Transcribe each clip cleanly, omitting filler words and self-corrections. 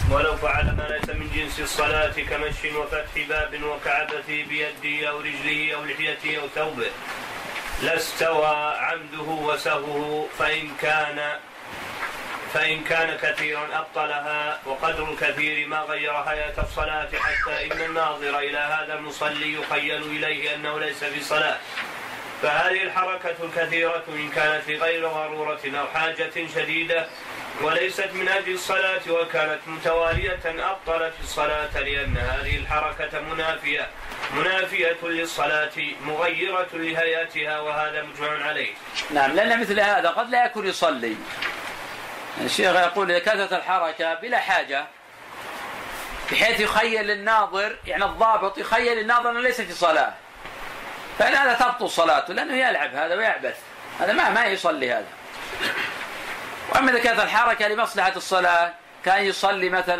ولو فعل ما ليس من جنس الصلاة كمشي وفتح باب وكعبته بيده أو رجله أو لحيته أو ثوبه لاستوى عمده وسهوه، فإن كان كثيرا أبطلها، وقدر الكثير ما غير حياة الصلاة، حتى إن الناظر إلى هذا المصلي يخيل إليه أنه ليس في صلاة. فهذه الحركة الكثيرة إن كانت لغير ضرورة أو حاجة شديدة وليست من أجل الصلاة وكانت متوالية أبطلت الصلاة، لأن هذه الحركة منافية للصلاة مغيرة لهيئتها، وهذا مجمع عليه. نعم، لأن مثل هذا قد لا يكون يصلي. الشيخ يقول كثرة الحركة بلا حاجة بحيث يخيل الناظر، يعني الضابط يخيل الناظر أنه ليس في صلاة، فإن هذا تبطل صلاته لأنه يلعب هذا ويعبث، هذا ما يصلي هذا. وأما إذا كانت الحركة لمصلحة الصلاة، كان يصلي مثلا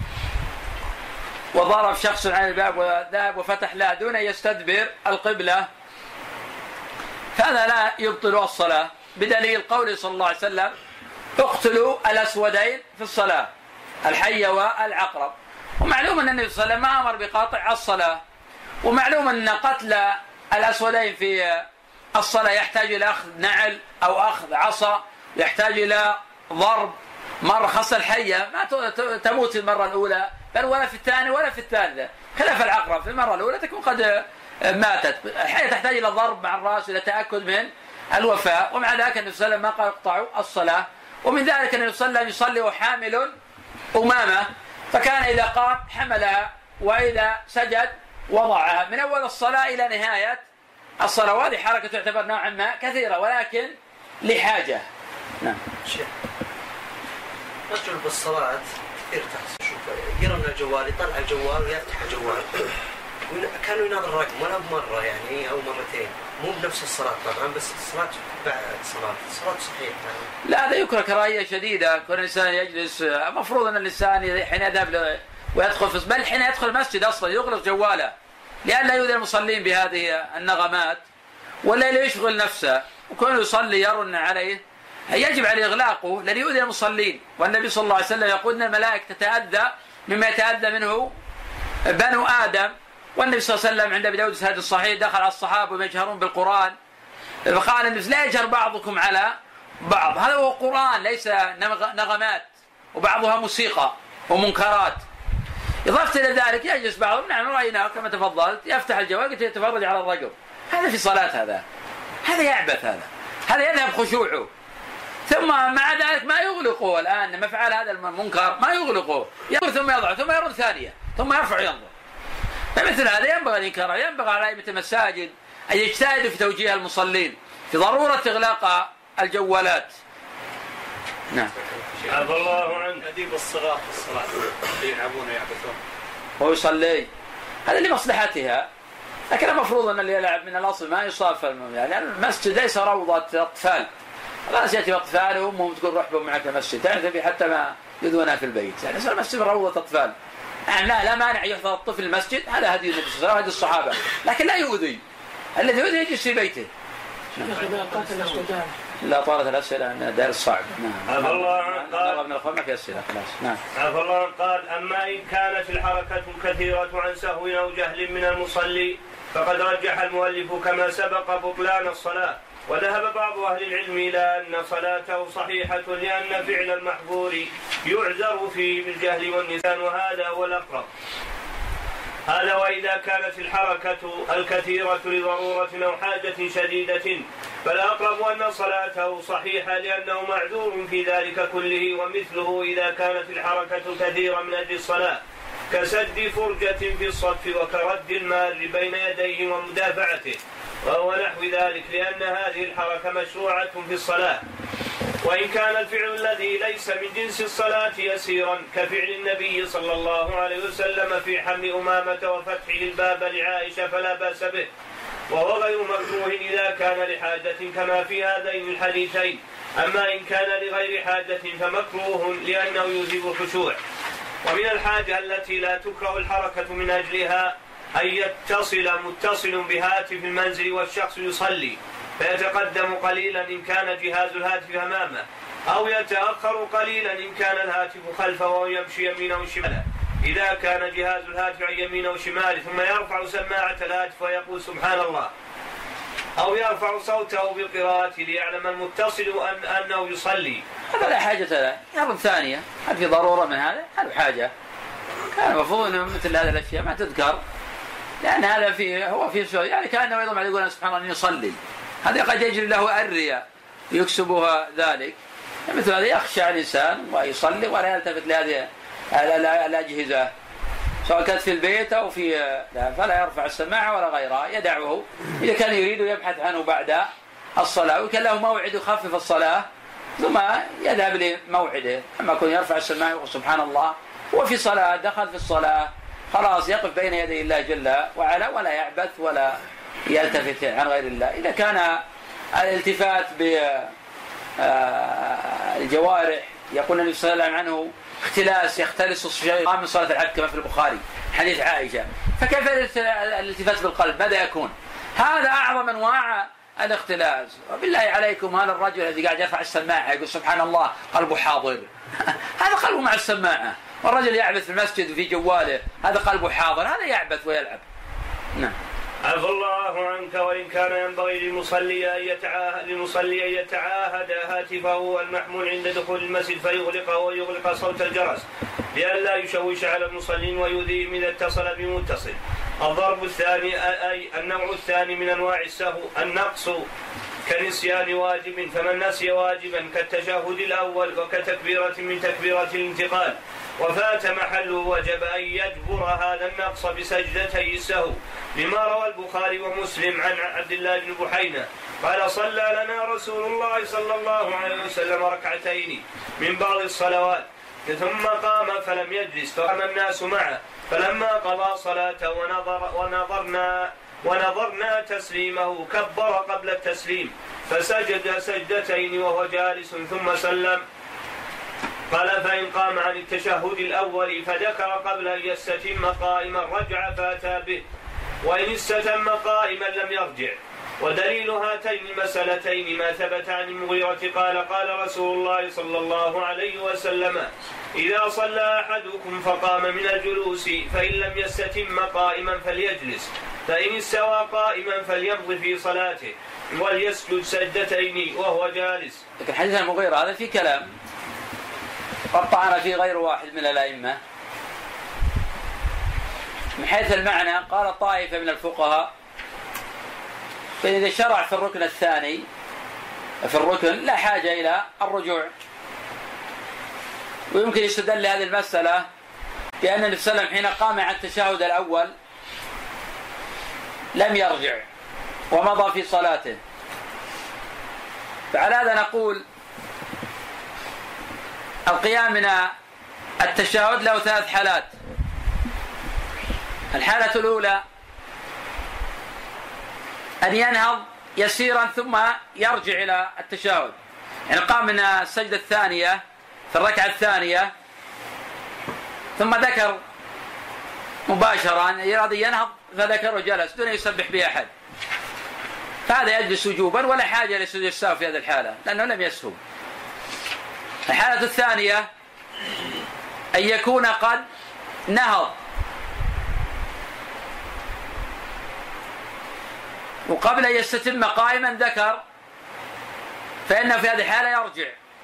وضرب شخص عن الباب وذهب وفتح له دون أن يستدبر القبلة، فهذا لا يبطل الصلاة، بدليل قوله صلى الله عليه وسلم: اقتلوا الأسودين في الصلاة، الحي والعقرب. ومعلوم أن النبي صلى الله عليه وسلم ما أمر بقاطع الصلاة، ومعلوم أن قتل الأسودين في الصلاة يحتاج إلى أخذ نعل أو أخذ عصا، يحتاج إلى ضرب. مرة خاصة الحية ما تموت في المرة الأولى بل ولا في الثانية ولا في الثالثة، خلاف العقرب في المرة الأولى تكون قد ماتت. الحية تحتاج إلى ضرب مع الرأس إلى تأكد من الوفاة. ومع ذلك النبي صلى الله عليه وسلم ما قال اقطعوا الصلاة. ومن ذلك النبي صلى الله عليه وسلم يصلي وحامل أمامة، فكان إذا قام حملها وإذا سجد وضعها من أول الصلاة إلى نهاية الصلاة. وهذه حركة تعتبر نوعا ما كثيرة ولكن لحاجة. نعم. رجل بالصلاة كثير تحصل، شوف يرى من الجوال، يطلع الجوال ويفتح الجوال، كانوا يناظر الرقم ولا بمرة يعني أو مرتين، مو بنفس الصلاة طبعا، بس الصلاة بعد الصلاة صحيحة. لا، هذا يكره كراهية شديدة. كون الإنسان يجلس، مفروض أن الإنسان حين يذهب ويدخل بل حين يدخل المسجد أصلا يغلق جواله لئلا يؤذي المصلين بهذه النغمات، ولا يشغل نفسه، وكونه يصلي يرن عليه يجب عليه إغلاقه لن يؤذي المصلين. والنبي صلى الله عليه وسلم يقول أن الملائكة تتأذى مما يتأذى منه بنو آدم. والنبي صلى الله عليه وسلم عند أبي داود السند الصحيح دخل على الصحابة يجهرون بالقرآن، فقال النبي: لا يجهر بعضكم على بعض، هذا هو القرآن ليس نغمات، وبعضها موسيقى ومنكرات. إضافة إلى ذلك يجلس بعضهم، نعم رأيناه كما تفضلت، يفتح الجوال يتفرج على الرجل، هذا في صلاة، هذا يعبث، هذا يذهب خشوعه. ثم مع ذلك ما يغلقه الآن مفعل هذا المنكر، ما يغلقه، ينظر ثم يضع ثم يرد ثانية ثم يرفع ينظر. فمثل هذا ينبغي الإنكار، ينبغي على أئمة المساجد أن يجتهدوا في توجيه المصلين في ضرورة إغلاق الجوالات. نعم. عفى الله عنك. أديب الصغار في الصلاة يلعبون ويعبثون ويصلي، هذا لمصلحتها، لكن المفروض أن اللي يلعب من الأصل ما يصاف، يعني المسجد ليس روضة أطفال، الناس يأتي أطفال وأمهم تقول روح بهم معك المسجد، تعرف حتى ما يذونها في البيت، يعني صار المسجد روضة أطفال. يعني لا مانع يحضر الطفل المسجد، هذا هدي النبي صلى الله عليه وسلم وهدي الصحابة، لكن لا يؤذي، الذي يؤذي يجلس في بيته. لا طالت الأسئلة من دار الصعب. عفى الله عنك. قال من الأخوة ما في أسئلة خلاص. نعم. عفى الله عنك. قال: أما إن كانت الحركة كثيرة عن سهو أو جهل من المصلي فقد رجح المؤلف كما سبق بطلان الصلاة، وذهب بعض أهل العلم إلى أن صلاته صحيحة لأن فعل المحظور يعذر فيه بالجهل والنسيان، وهذا هو الأقرب. هذا وإذا كانت الحركة الكثيرة لضرورة أو حاجة شديدة فالأقرب أن صلاته صحيحة لأنه معذور في ذلك كله. ومثله إذا كانت الحركة كثيرة من أجل الصلاة كسد فرجة في الصف وكرد المار بين يديه ومدافعته وهو نحو ذلك، لأن هذه الحركة مشروعة في الصلاة. وإن كان الفعل الذي ليس من جنس الصلاة يسيرا كفعل النبي صلى الله عليه وسلم في حمل أمامة وفتحه الباب لعائشة فلا بأس به، وهو غير مكروه إذا كان لحاجة كما في هذين الحديثين. أما إن كان لغير حاجة فمكروه لأنه يوجب الخشوع. ومن الحاجة التي لا تكره الحركة من أجلها أن يتصل متصل بهاتف المنزل والشخص يصلي فيتقدم قليلا إن كان جهاز الهاتف أمامه أو يتأخر قليلا إن كان الهاتف خلفه أو يمشي يمينه وشماله. إذا كان جهاز الهاتف عن يمينه وشماله ثم يرفع سماعة الهاتف ويقول سبحان الله، أو يرفع صوته بالقراءة ليعلم المتصل أنه يصلي، هذا لا حاجة له. أمر ثانية، هل في ضرورة من هذا؟ هل حاجة؟ كان المفروض أنه مثل هذه الأشياء ما تذكر، لأن هذا هو في شيء يعني كأنه أيضا يقول سبحان الله يصلي، هذا قد يجري له الرياء يكسبها ذلك. مثل هذا يخشى الإنسان ويصلي ولا يلتفت لهذه الأجهزة سواء كانت في البيت أو فلا يرفع السماعة ولا غيرها، يدعه. إذا كان يريد يبحث عنه بعد الصلاة وكان له موعد يخفف الصلاة ثم يذهب لموعده. أما يكون يرفع السماعة ويقول سبحان الله وفي صلاة، دخل في الصلاة خلاص يقف بين يدي الله جل وعلا ولا يعبث ولا يلتفت عن غير الله. إذا كان الالتفات بالجوارح يقول النبي صلى الله عليه وسلم عنه اختلاس يختلس الشيطان من صلاة العبد كما في البخاري حديث عائشة، فكيف الالتفات بالقلب؟ ماذا يكون؟ هذا أعظم أنواع الاختلاس. وبالله عليكم هذا الرجل الذي قاعد يرفع السماعة يقول سبحان الله قلبه حاضر هذا قلبه مع السماعة، والرجل يعبث في المسجد في جواله هذا قلبه حاضر، هذا يعبث ويلعب. نعم. عفى الله عنك. وإن كان ينبغي للمصلي أن يتعاهد هاتفه المحمول عند دخول المسجد فيغلقه ويغلق صوت الجرس لئلا يشوش على المصلين ويؤذيهم إذا اتصل بمتصل. الضرب الثاني أي النوع الثاني من أنواع السهو النقص كنسيان واجب، فمن نسي واجبا كالتشهد الأول وكتكبيرة من تكبيرة الانتقال وفات محله وجب أن يجبر هذا النقص بسجدتي السهو، لما روى البخاري ومسلم عن عبد الله بن بحينة قال صلى لنا رسول الله صلى الله عليه وسلم ركعتين من بعض الصلوات ثم قام فلم يجلس فقام الناس معه، فلما قضى صلاته ونظرنا تسليمه كبر قبل التسليم فسجد سجدتين وهو جالس ثم سلم. قال فإن قام عن التشهد الأول فذكر قبل أن يستتم قائما رجع فأتى به، وإن استتم قائما لم يرجع. ودليل هاتين المسألتين ما ثبت عن المغيرة قال رسول الله صلى الله عليه وسلم إذا صلى أحدكم فقام من الجلوس فإن لم يستتم قائما فليجلس، فإن استوى قائما فليمضي في صلاته وليسجد سجدتين وهو جالس. لكن حديث المغيرة هذا في كلام قطعنا فيه غير واحد من الأئمة من حيث المعنى. قال طائفة من الفقهاء فإذا شرع في الركن الثاني في الركن لا حاجة إلى الرجوع، ويمكن يستدل لهذه المسألة بأن النبي صلى الله عليه وسلم حين قام عن التشهد الأول لم يرجع ومضى في صلاته. فعلى هذا نقول القيام من التشهد له ثلاث حالات. الحالة الأولى أن ينهض يسيرا ثم يرجع إلى التشهد، يعني قام من السجدة الثانية في الركعة الثانية ثم ذكر مباشرة أن يراد ينهض فذكر وجلس دون يسبح به أحد، فهذا يجلس وجوبا ولا حاجة لسجود السهو في هذه الحالة لأنه لم يسهو. الحالة الثانية أن يكون قد نهض وقبل أن يستتم قائما ذكر، فإنه في هذه الحالة يرجع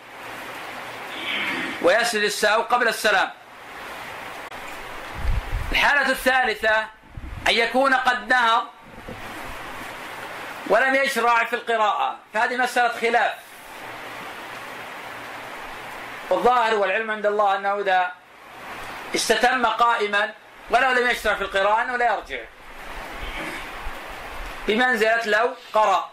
ويسجد السهو قبل السلام. الحالة الثالثة أن يكون قد نهض ولم يشرع في القراءة، فهذه مسألة خلاف، والظاهر والعلم عند الله أنه إذا استتم قائما ولو لم يشرع في القراءة أنه لا يرجع بمنزلة لو قرأ.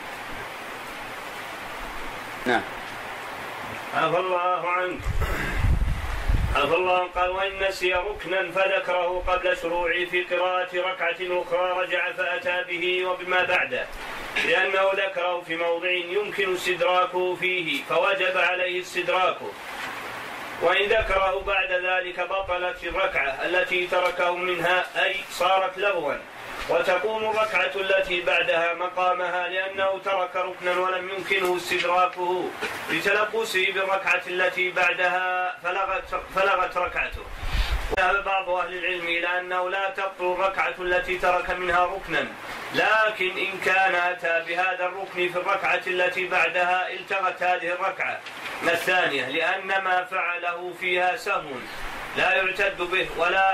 نعم. عفى الله عنك. عفى الله. قال وإن نسي ركنا فذكره قبل شروعه في قراءة ركعة أخرى رجع فأتى به وبما بعده، لأنه ذكره في موضع يمكن استدراكه فيه فوجب عليه استدراكه، وإن ذكره بعد ذلك بطلت الركعة التي تركه منها أي صارت لغوا وتقوم الركعة التي بعدها مقامها لأنه ترك ركنا ولم يمكنه استدراكه لتلبسه بالركعة التي بعدها فلغت ركعته. وذهب بعض أهل العلم إلى أنه لا تبطل الركعة التي ترك منها ركنا، لكن إن كان أتى بهذا الركن في الركعة التي بعدها التغت هذه الركعة الثانية، لأن ما فعله فيها سهو لا يعتد به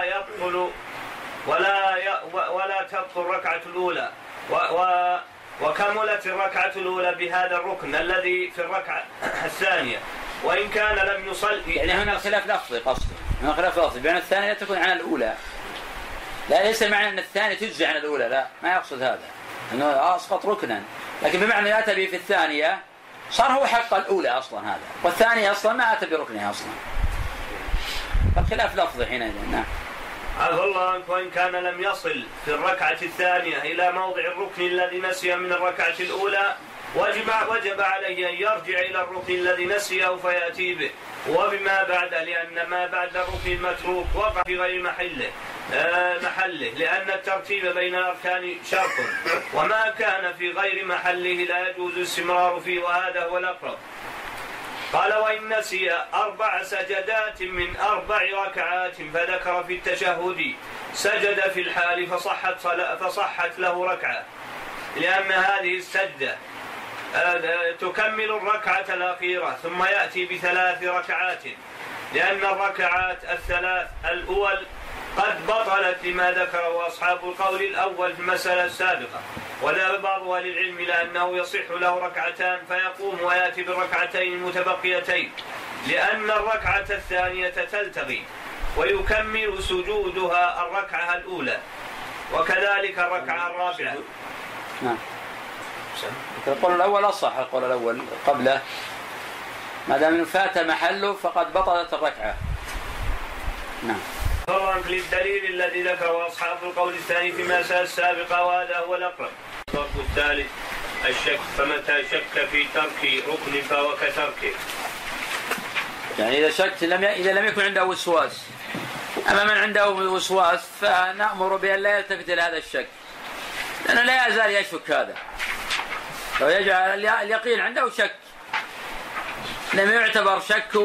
ولا تبطل الركعة الأولى، وكملت الركعة الأولى بهذا الركن الذي في الركعة الثانية، وإن كان لم يصلي. يعني هنا خلاف لفظي قصده، هنا خلاف لفظي بأن الثانية لا تكون عن الأولى، لا ليس معنى أن الثانية تجزي عن الأولى، لا ما يقصد هذا، أنه أسقط ركنا، لكن بمعنى أتى به في الثانية صار هو حق الأولى أصلا هذا، والثانية أصلا ما أتى بركنها أصلا، فالخلاف لفظي حينئذ. نعم. عفى الله عنك. وإن كان لم يصل في الركعة الثانية إلى موضع الركن الذي نسي من الركعة الأولى وجب عليه أن يرجع إلى الركن الذي نسيه فيأتي به وبما بعده، لأن ما بعد الركن المتروك وقع في غير محله، لأن الترتيب بين الأركان شرط، وما كان في غير محله لا يجوز الاستمرار فيه، وهذا هو الأقرب. قال: وإن نسي 4 سجدات من 4 ركعات فذكر في التشهد سجد في الحال فصحت له ركعة، لأن هذه السجدة تكمل الركعة الأخيرة ثم يأتي ب3 ركعات، لأن الركعات الثلاث الأول قد بطلت لما ذكره أصحاب القول الأول في المسألة السابقة. وذهب بعض أهل العلم إلى أنه يصح له ركعتان فيقوم ويأتي بالركعتين المتبقيتين، لأن الركعة الثانية تلتغي ويكمل سجودها الركعة الأولى، وكذلك الركعة الرابعة. نعم. القول الأول أصح، القول الأول قبله ما دام فات محله فقد بطلت الركعة. نعم. طبعا للدليل الذي ذكره أصحاب القول الثاني في المسألة السابقة، وهذا هو الأقرب. الضرب الثالث الشك، فمتى شك في ترك ركن فهو كتركه. يعني إذا شك إذا لم يكن عنده وسواس، أما من عنده وسواس فنأمر بأن لا يلتفت إلى هذا الشك، لأنه لا يزال يشك هذا. لو يجعل اليقين عنده شك لم يعتبر شك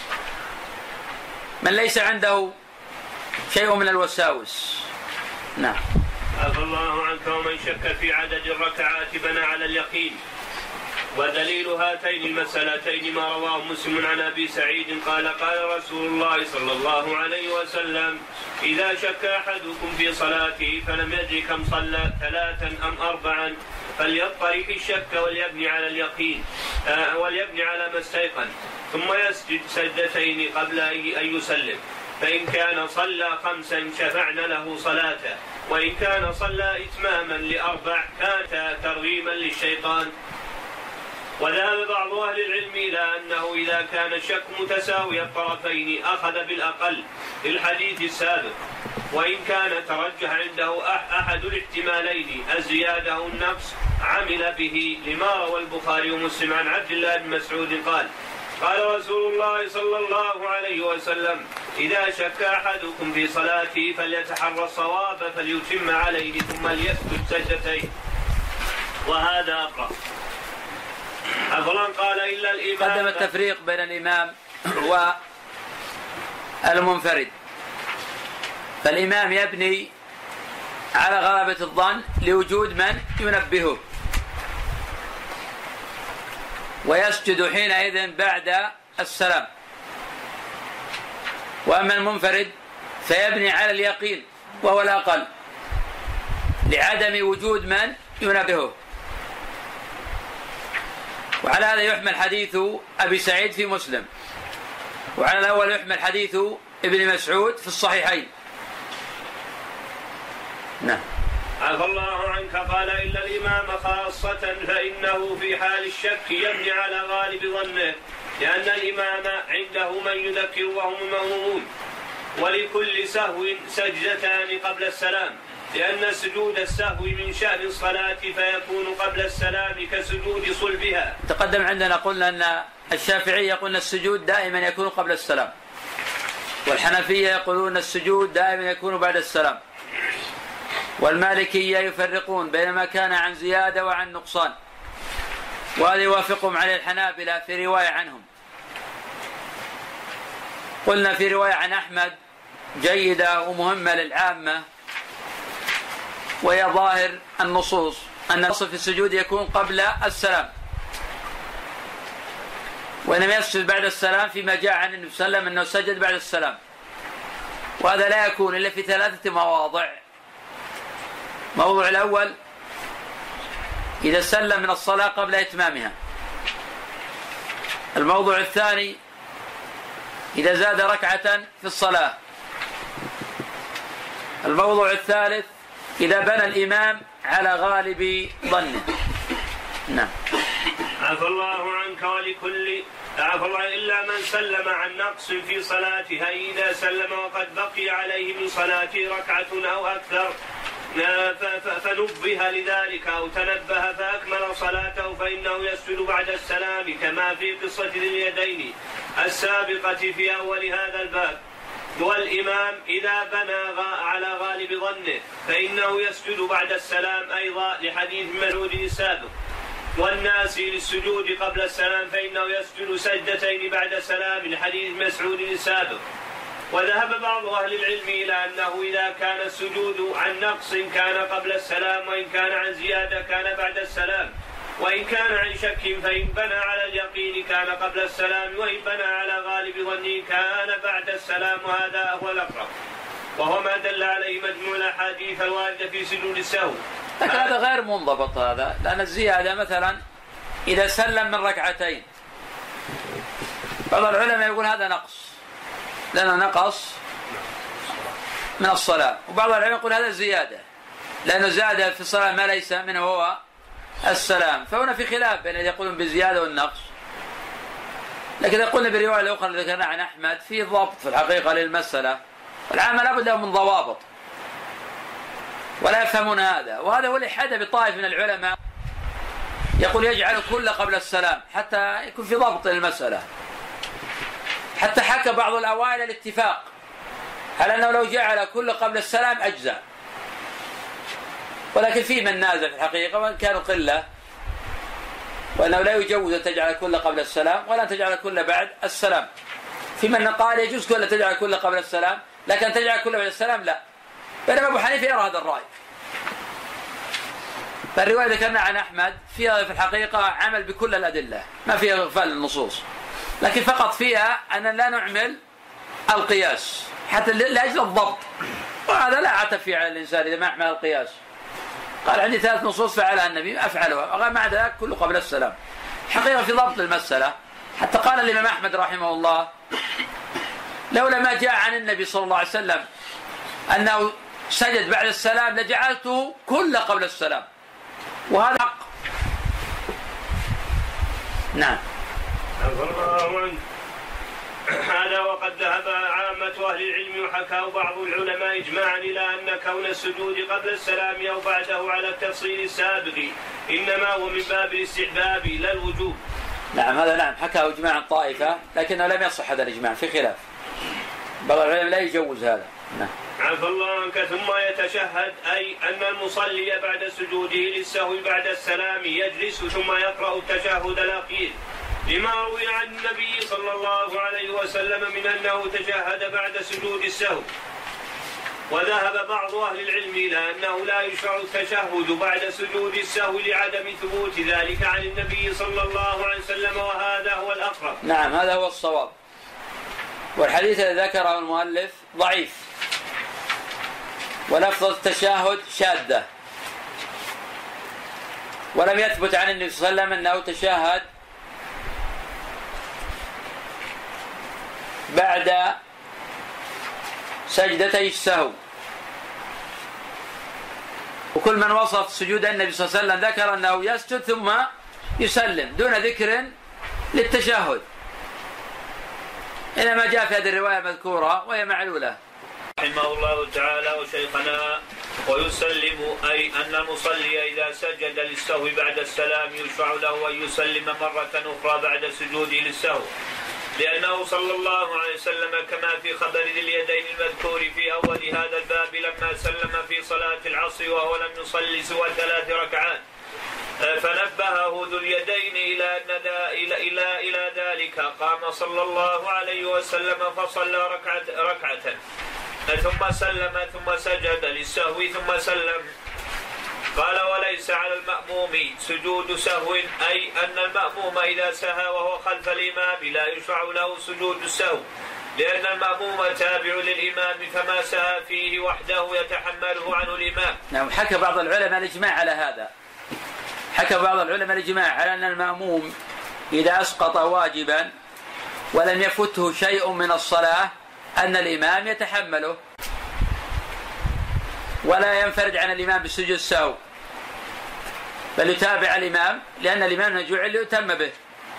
من ليس عنده شيء من الوساوس. نعم. عفى الله عنك. ومن شك في عدد الركعات بنى على اليقين. ودليل هاتين المسألتين ما رواه مسلم عن أبي سعيد قال: قال رسول الله صلى الله عليه وسلم: إذا شك أحدكم في صلاته فلم يدري كم صلى 3 أم 4 فليطرح الشك وليبني على اليقين وليبني على ما استيقن، ثم يسجد سجدتين قبل أن يسلم، فإن كان صلى 5 شفعنا له صلاته، وإن كان صلى إتماما ل4 كان ترغيما للشيطان. وذهب بعض أهل العلم إلى أنه إذا كان الشك متساوي الطرفين أخذ بالأقل للحديث السابق، وإن كان ترجح عنده أحد الاحتمالين الزيادة أو النقص عمل به، لما روى البخاري ومسلم عن عبد الله بن مسعود قال: قال رسول الله صلى الله عليه وسلم: إذا شك أحدكم في صلاته فليتحرى الصواب فليتم عليه ثم ليسجد سجدتين، وهذا أقرب. أفضل قال: إلا الإمام. قدم التفريق بين الإمام والمنفرد، فالإمام يبني على غلبة الظن لوجود من ينبهه، ويسجد حينئذ بعد السلام. وأما المنفرد فيبني على اليقين وهو الأقل لعدم وجود من ينبهه. وعلى هذا يحمل حديث أبي سعيد في مسلم، وعلى الأول يحمل حديث ابن مسعود في الصحيحين. نعم. عفى الله عنك. قال: إلا الإمام خاصة فإنه في حال الشك يبني على غالب ظنه، لأن الإمام عنده من يذكر وهم مأمومون، ولكل سهو سجدتان قبل السلام، لأن سجود السهو من شأن الصلاة فيكون قبل السلام كسجود صلبها. تقدم عندنا قلنا أن الشافعي يقول السجود دائما يكون قبل السلام، والحنفية يقولون السجود دائما يكون بعد السلام، والمالكية يفرقون بين ما كان عن زيادة وعن نقصان، وهذا يوافقهم على الحنابلة في رواية عنهم. قلنا في رواية عن أحمد جيدة ومهمة للعامة، وهي ظاهر النصوص أن الأصل في السجود يكون قبل السلام، وإنما يسجد بعد السلام فيما جاء عن النبي صلى الله عليه وسلم أنه سجد بعد السلام، وهذا لا يكون إلا في 3 مواضع. الموضوع الأول إذا سلم من الصلاة قبل إتمامها. الموضوع الثاني إذا زاد ركعة في الصلاة. الموضوع الثالث إذا بنى الإمام على غالب ظنه. نعم. عفى الله عنك ولكل عفى الله إلا من سلم عن نقص في صلاته، إذا سلم وقد بقي عليه من صلاته ركعة أو أكثر فنبه لذلك أو تنبه فأكمل صلاته فإنه يسجد بعد السلام، كما في قصة ذي اليدين السابقة في أول هذا الباب. والإمام إذا بنى على غالب ظنه فإنه يسجد بعد السلام أيضا لحديث مسعود السابق. والناس للسجود قبل السلام فإنه يسجد سجدتين بعد السلام لحديث مسعود السابق. وذهب بعض أهل العلم إلى أنه إذا كان السجود عن نقص كان قبل السلام، وإن كان عن زيادة كان بعد السلام، وإن كان عن شك فإن بنى على اليقين كان قبل السلام، وإن بنى على غالب ظنه كان بعد السلام، وهذا هو الأقرب، وهو ما دل عليه مجموع الأحاديث الواردة في سجود السهو. لكن هذا غير منضبط هذا، لأن الزيادة مثلا إذا سلم من ركعتين بعض العلماء يقول هذا نقص لأنه نقص من الصلاة، وبعض العلماء يقول هذا زيادة لأنه زاد في الصلاة ما ليس منه هو السلام. فهنا في خلاف بين يقولون بالزيادة والنقص. لكن إذا قلنا بالرواية الأخرى اللي ذكرنا عن أحمد في ضبط في الحقيقة للمسألة، والعامة لابد له من ضوابط ولا يفهمون هذا. وهذا هو اللي حدث بطائف من العلماء يقول يجعل كل قبل السلام حتى يكون في ضبط للمسألة. حتى حكى بعض الأوائل الاتفاق على أنه لو جعل كل قبل السلام أجزاء، ولكن في من نازع في الحقيقة وإن كانوا قلة، وأنه لا يجوز أن تجعل كل قبل السلام ولا تجعل كل بعد السلام. في من قال يجوز كل تجعل كل قبل السلام، لكن تجعل كل بعد السلام لا. بينما أبو حنيفة يرى هذا الرأي. فالرواية ذكرنا عن أحمد فيها في الحقيقة عمل بكل الأدلة، ما فيها إغفال للنصوص، لكن فقط فيها أن لا نعمل القياس حتى لأجل الضبط، وهذا لا عتب فيه على الإنسان إذا ما أعمل القياس. قال عندي 3 نصوص فعلها النبي أفعلها، وغير مع ذلك كله قبل السلام. حقيقة في ضبط المسألة. حتى قال الإمام أحمد رحمه الله لولا ما جاء عن النبي صلى الله عليه وسلم أنه سجد بعد السلام لجعلته كل قبل السلام، وهذا حق. نعم. هذا وقد ذهب عامة أهل العلم وحكاه بعض العلماء إجماعا إلى أن كون السجود قبل السلام أو بعده على التفصيل السابق إنما هو من باب الاستحباب لا الوجوب. نعم هذا نعم حكاه إجماع الطائفة، لكنه لم يصح هذا الإجماع، في خلاف. بعض العلماء لا يجوز هذا. نعم. عفى الله عنك. ثم يتشهد، أي أن المصلي بعد سجوده للسهو بعد السلام يجلس ثم يقرأ التشهد الأخير، لما روي عن النبي صلى الله عليه وسلم من أنه تشهد بعد سجود السهو. وذهب بعض أهل العلم إلى أنه لا يشرع التشهد بعد سجود السهو لعدم ثبوت ذلك عن النبي صلى الله عليه وسلم، وهذا هو الأقرب. نعم هذا هو الصواب. والحديث الذي ذكره المؤلف ضعيف، ولفظ التشهد شاذة، ولم يثبت عن النبي صلى الله عليه وسلم أنه تشهد بعد سجدتي السهو. وكل من وصف سجود النبي صلى الله عليه وسلم ذكر أنه يسجد ثم يسلم دون ذكر للتشهد، إنما جاء في هذه الرواية مذكورة وهي معلولة. رحمه الله تعالى وشيخنا. ويسلم، أي أن المصلي إذا سجد للسهو بعد السلام يشرع له أن يسلم مرة أخرى بعد سجوده للسهو، لأنه صلى الله عليه وسلم كما في خبر ذي اليدين المذكور في أول هذا الباب لما سلم في صلاة صلاة العصر وهو لم يصلي سوى 3 ركعات، فنبهه ذو اليدين إلى ذلك. قام صلى الله عليه وسلم فصلى ركعة ثم سلم ثم سجد للسهو ثم سلم. قال: وليس على المأموم سجود سهو، أي أن المأموم إذا سهى وهو خلف الإمام لا يشرع له سجود السهو، لأن المأموم تابع للإمام، فما سهى فيه وحده يتحمله عنه الإمام. نعم. حكى بعض العلماء الإجماع على هذا، حكى بعض العلماء الإجماع على أن المأموم إذا أسقط واجبا ولم يفته شيء من الصلاة أن الإمام يتحمله ولا ينفرد عن الإمام بالسجود السهو، بل يتابع الإمام، لأن الإمام جعل ليتم به.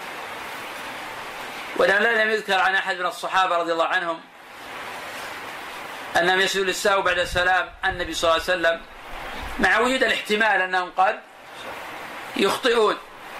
ولم يذكر عن أحد من الصحابة رضي الله عنهم أنهم يسجدوا للسهو بعد السلام النبي صلى الله عليه وسلم، مع وجود الاحتمال أنهم قد يخطئون.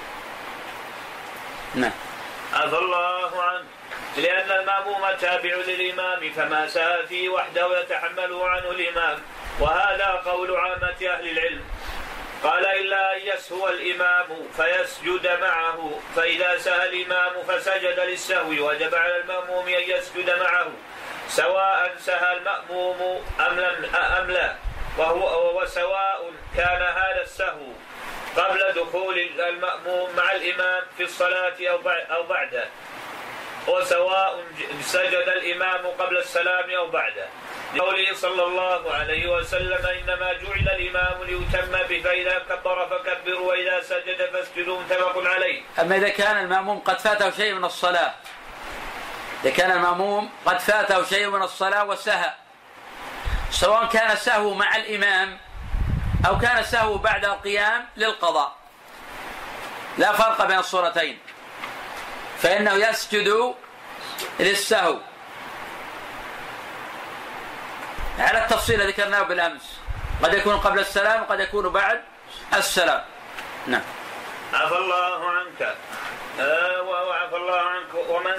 نعم. عفى الله عنه، لأن المأموم تابع للإمام، فما سهى فيه وحده يتحمله عنه الإمام، وهذا قول عامة أهل العلم. قال: إلا أن يسهو الإمام فيسجد معه، فإذا سهى الإمام فسجد للسهو وجب على المأموم أن يسجد معه، سواء سهى المأموم أم لا، وسواء كان هذا السهو قبل دخول المأموم مع الإمام في الصلاة أو بعده، وسواء سجد الإمام قبل السلام أو بعده، لقوله صلى الله عليه وسلم: إنما جعل الإمام ليتم به، فإذا كبر فكبروا وإذا سجد فاسجدوا. متفق عليه. أما إذا كان المأموم قد فاته شيء من الصلاة، إذا كان المأموم قد فاته شيء من الصلاة وسهى، سواء كان السهو مع الإمام أو كان السهو بعد القيام للقضاء، لا فرق بين الصورتين، فإنه يسجد للسهو على التفصيل الذي ذكرناه بالأمس، قد يكون قبل السلام وقد يكون بعد السلام. نعم. عفى الله عنك وعفى الله عنك.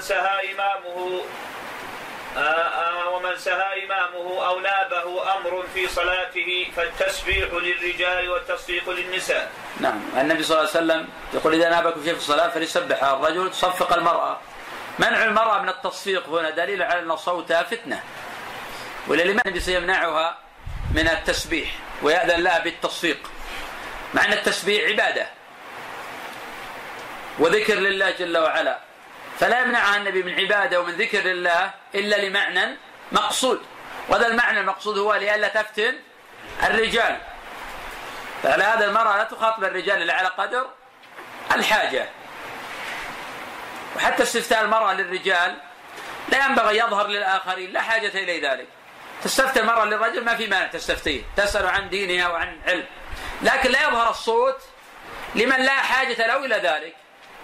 ومن سهى إمامه أو نابه أمر في صلاته فالتسبيح للرجال والتصفيق للنساء. نعم. النبي صلى الله عليه وسلم يقول: إذا نابكم شيء في الصلاة فليسبح الرجل تصفق المرأة. منع المرأة من التصفيق هنا دليل على أن صوتها فتنة، وللإمام النبي سيمنعها من التسبيح ويأذن لها بالتصفيق، مع أن التسبيح عبادة وذكر لله جل وعلا، فلا يمنعها النبي من عبادة ومن ذكر لله إلا لمعنى مقصود، وهذا المعنى المقصود هو لئلا تفتن الرجال. فعلى هذا المرأة لا تخاطب الرجال إلا على قدر الحاجة. وحتى استفتاء المرأة للرجال لا ينبغي يظهر للآخرين، لا حاجة إلى ذلك. تستفتي المرأة للرجل ما في مانع تستفتيه، تسأل عن دينها وعن علم، لكن لا يظهر الصوت لمن لا حاجة له إلى ذلك.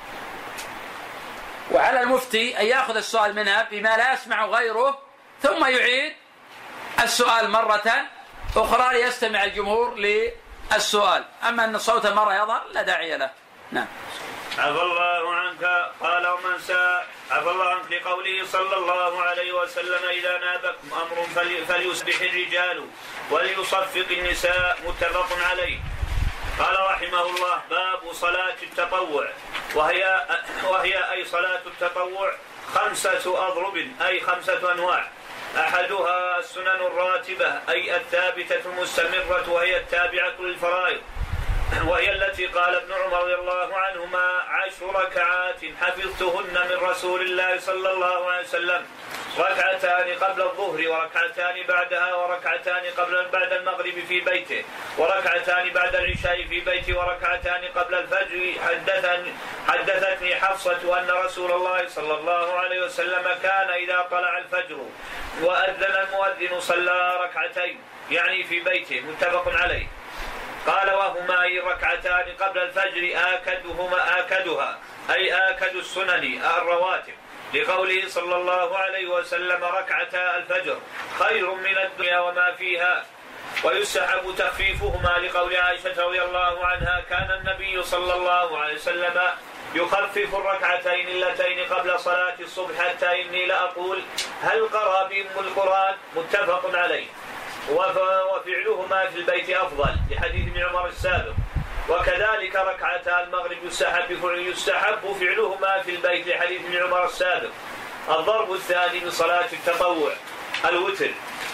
وعلى المفتي أن يأخذ السؤال منها بما لا يسمع غيره، ثم يعيد السؤال مرة أخرى ليستمع الجمهور للسؤال. أما أن صوت المرأة يظهر لا داعي له. نعم. عفى الله عنك. قال: ومن ساء عفى الله عنك لقوله صلى الله عليه وسلم: إذا نابكم أمر فليسبح الرجال وليصفق النساء. متفق عليه. قال رحمه الله: باب صلاة التطوع، وهي أي صلاة التطوع 5 أضرب، أي 5 أنواع. أحدها السنن الراتبة، أي الثابتة المستمرة، وهي التابعة للفرائض، وهي التي قال ابن عمر رضي الله عنهما: 10 ركعات حفظتهن من رسول الله صلى الله عليه وسلم، 2 قبل الظهر وركعتان بعدها، وركعتان بعد المغرب في بيته، وركعتان بعد العشاء في بيته، وركعتان قبل الفجر. حدثتني حفصة أن رسول الله صلى الله عليه وسلم كان إذا طلع الفجر وأذن المؤذن صلى 2 يعني في بيته. متفق عليه. قال: وهما الركعتان قبل الفجر آكدها، أي آكد السنن الرواتب، لقوله صلى الله عليه وسلم: ركعتا الفجر خير من الدنيا وما فيها. ويستحب تخفيفهما، لقول عائشة رضي الله عنها: كان النبي صلى الله عليه وسلم يخفف الركعتين اللتين قبل صلاة الصبح، حتى إني لأقول: هل قرأ بهم القرآن؟ متفق عليه. وفعلهما في البيت أفضل لحديث ابن عمر السابق. وكذلك ركعتا المغرب يستحب فعلهما في البيت لحديث ابن عمر السابق. الضرب الثاني من صلاة التطوع الوتر،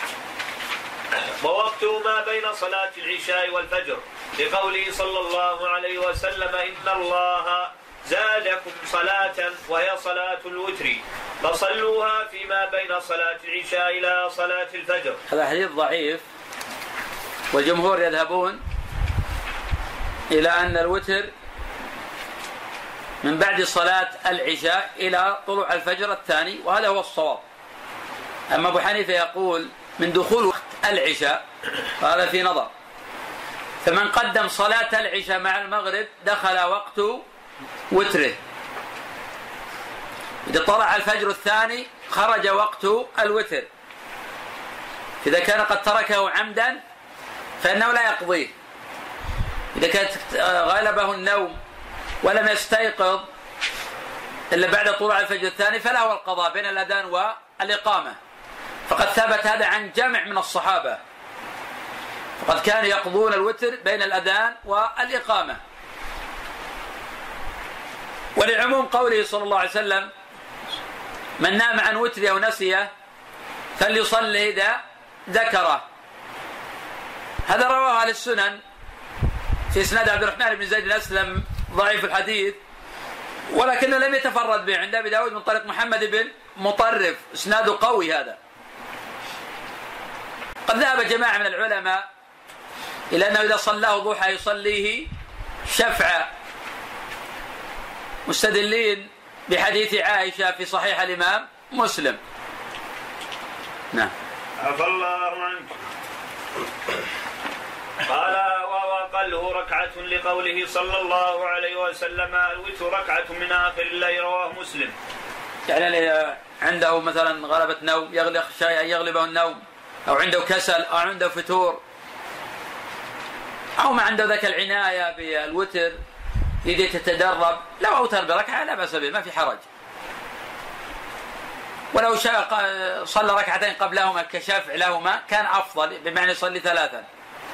ووقته ما بين صلاة العشاء والفجر لقوله صلى الله عليه وسلم إن الله زادكم صلاة وهي صلاة الوتر فصلوها فيما بين صلاة العشاء إلى صلاة الفجر. هذا حديث ضعيف، والجمهور يذهبون إلى أن الوتر من بعد صلاة العشاء إلى طلوع الفجر الثاني، وهذا هو الصواب. أما أبو حنيفة يقول من دخول وقت العشاء، هذا في نظر، فمن قدم صلاة العشاء مع المغرب دخل وقت وتره، إذا طلع الفجر الثاني خرج وقت الوتر. إذا كان قد تركه عمدا فإنه لا يقضيه، إذا كانت غلبه النوم ولم يستيقظ إلا بعد طلوع الفجر الثاني فله القضاء بين الأذان والإقامة، فقد ثبت هذا عن جمع من الصحابة، فقد كانوا يقضون الوتر بين الأذان والإقامة. ولعموم قوله صلى الله عليه وسلم من نام عن وتره أو نسيه فليصلي إذا ذكره، هذا رواه أهل السنن في إسناد عبد الرحمن بن زيد الأسلم ضعيف الحديث، ولكنه لم يتفرد به، عند أبي داود من طريق محمد بن مطرف إسناده قوي. هذا قد ذهب جماعة من العلماء إلى أنه إذا صلاه ضحى يصليه شفعا، مستدلين بحديث عائشة في صحيح الإمام مسلم. نعم. عفى الله عنك. قال وأقله ركعة لقوله صلى الله عليه وسلم الوتر ركعة من آخر الليل، رواه مسلم. يعني عنده مثلا غلبة نوم يغلبه النوم، أو عنده كسل، أو عنده فتور، أو ما عنده ذاك العناية بالوتر يريد تتدرب، لو أوتر بركعة لا بأس به، ما في حرج. ولو صلى ركعتين قبلهما كشفع لهما كان أفضل، بمعنى يصلي ثلاثا.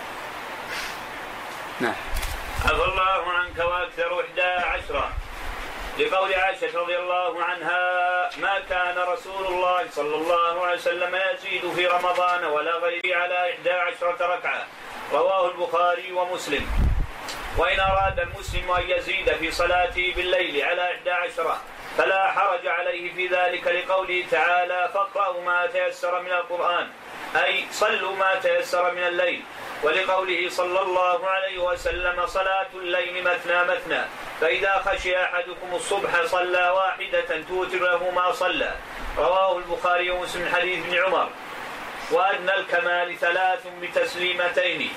نعم. عفى الله عنك. وأكثر 11 لقول عائشة رضي الله عنها ما كان رسول الله صلى الله عليه وسلم يزيد في رمضان ولا غيره على 11 ركعة، رواه البخاري ومسلم. وإن أراد المسلم أن يزيد في صلاته بالليل على 11 فلا حرج عليه في ذلك، لقوله تعالى فاقرأوا ما تيسر من القرآن، أي صلوا ما تيسر من الليل. ولقوله صلى الله عليه وسلم صلاة الليل مثنى مثنى، فإذا خشي أحدكم الصبح صلى واحدة توتر له ما صلى، رواه البخاري ومسلم من حديث ابن عمر. وأدنى الكمال 3 بتسليمتين.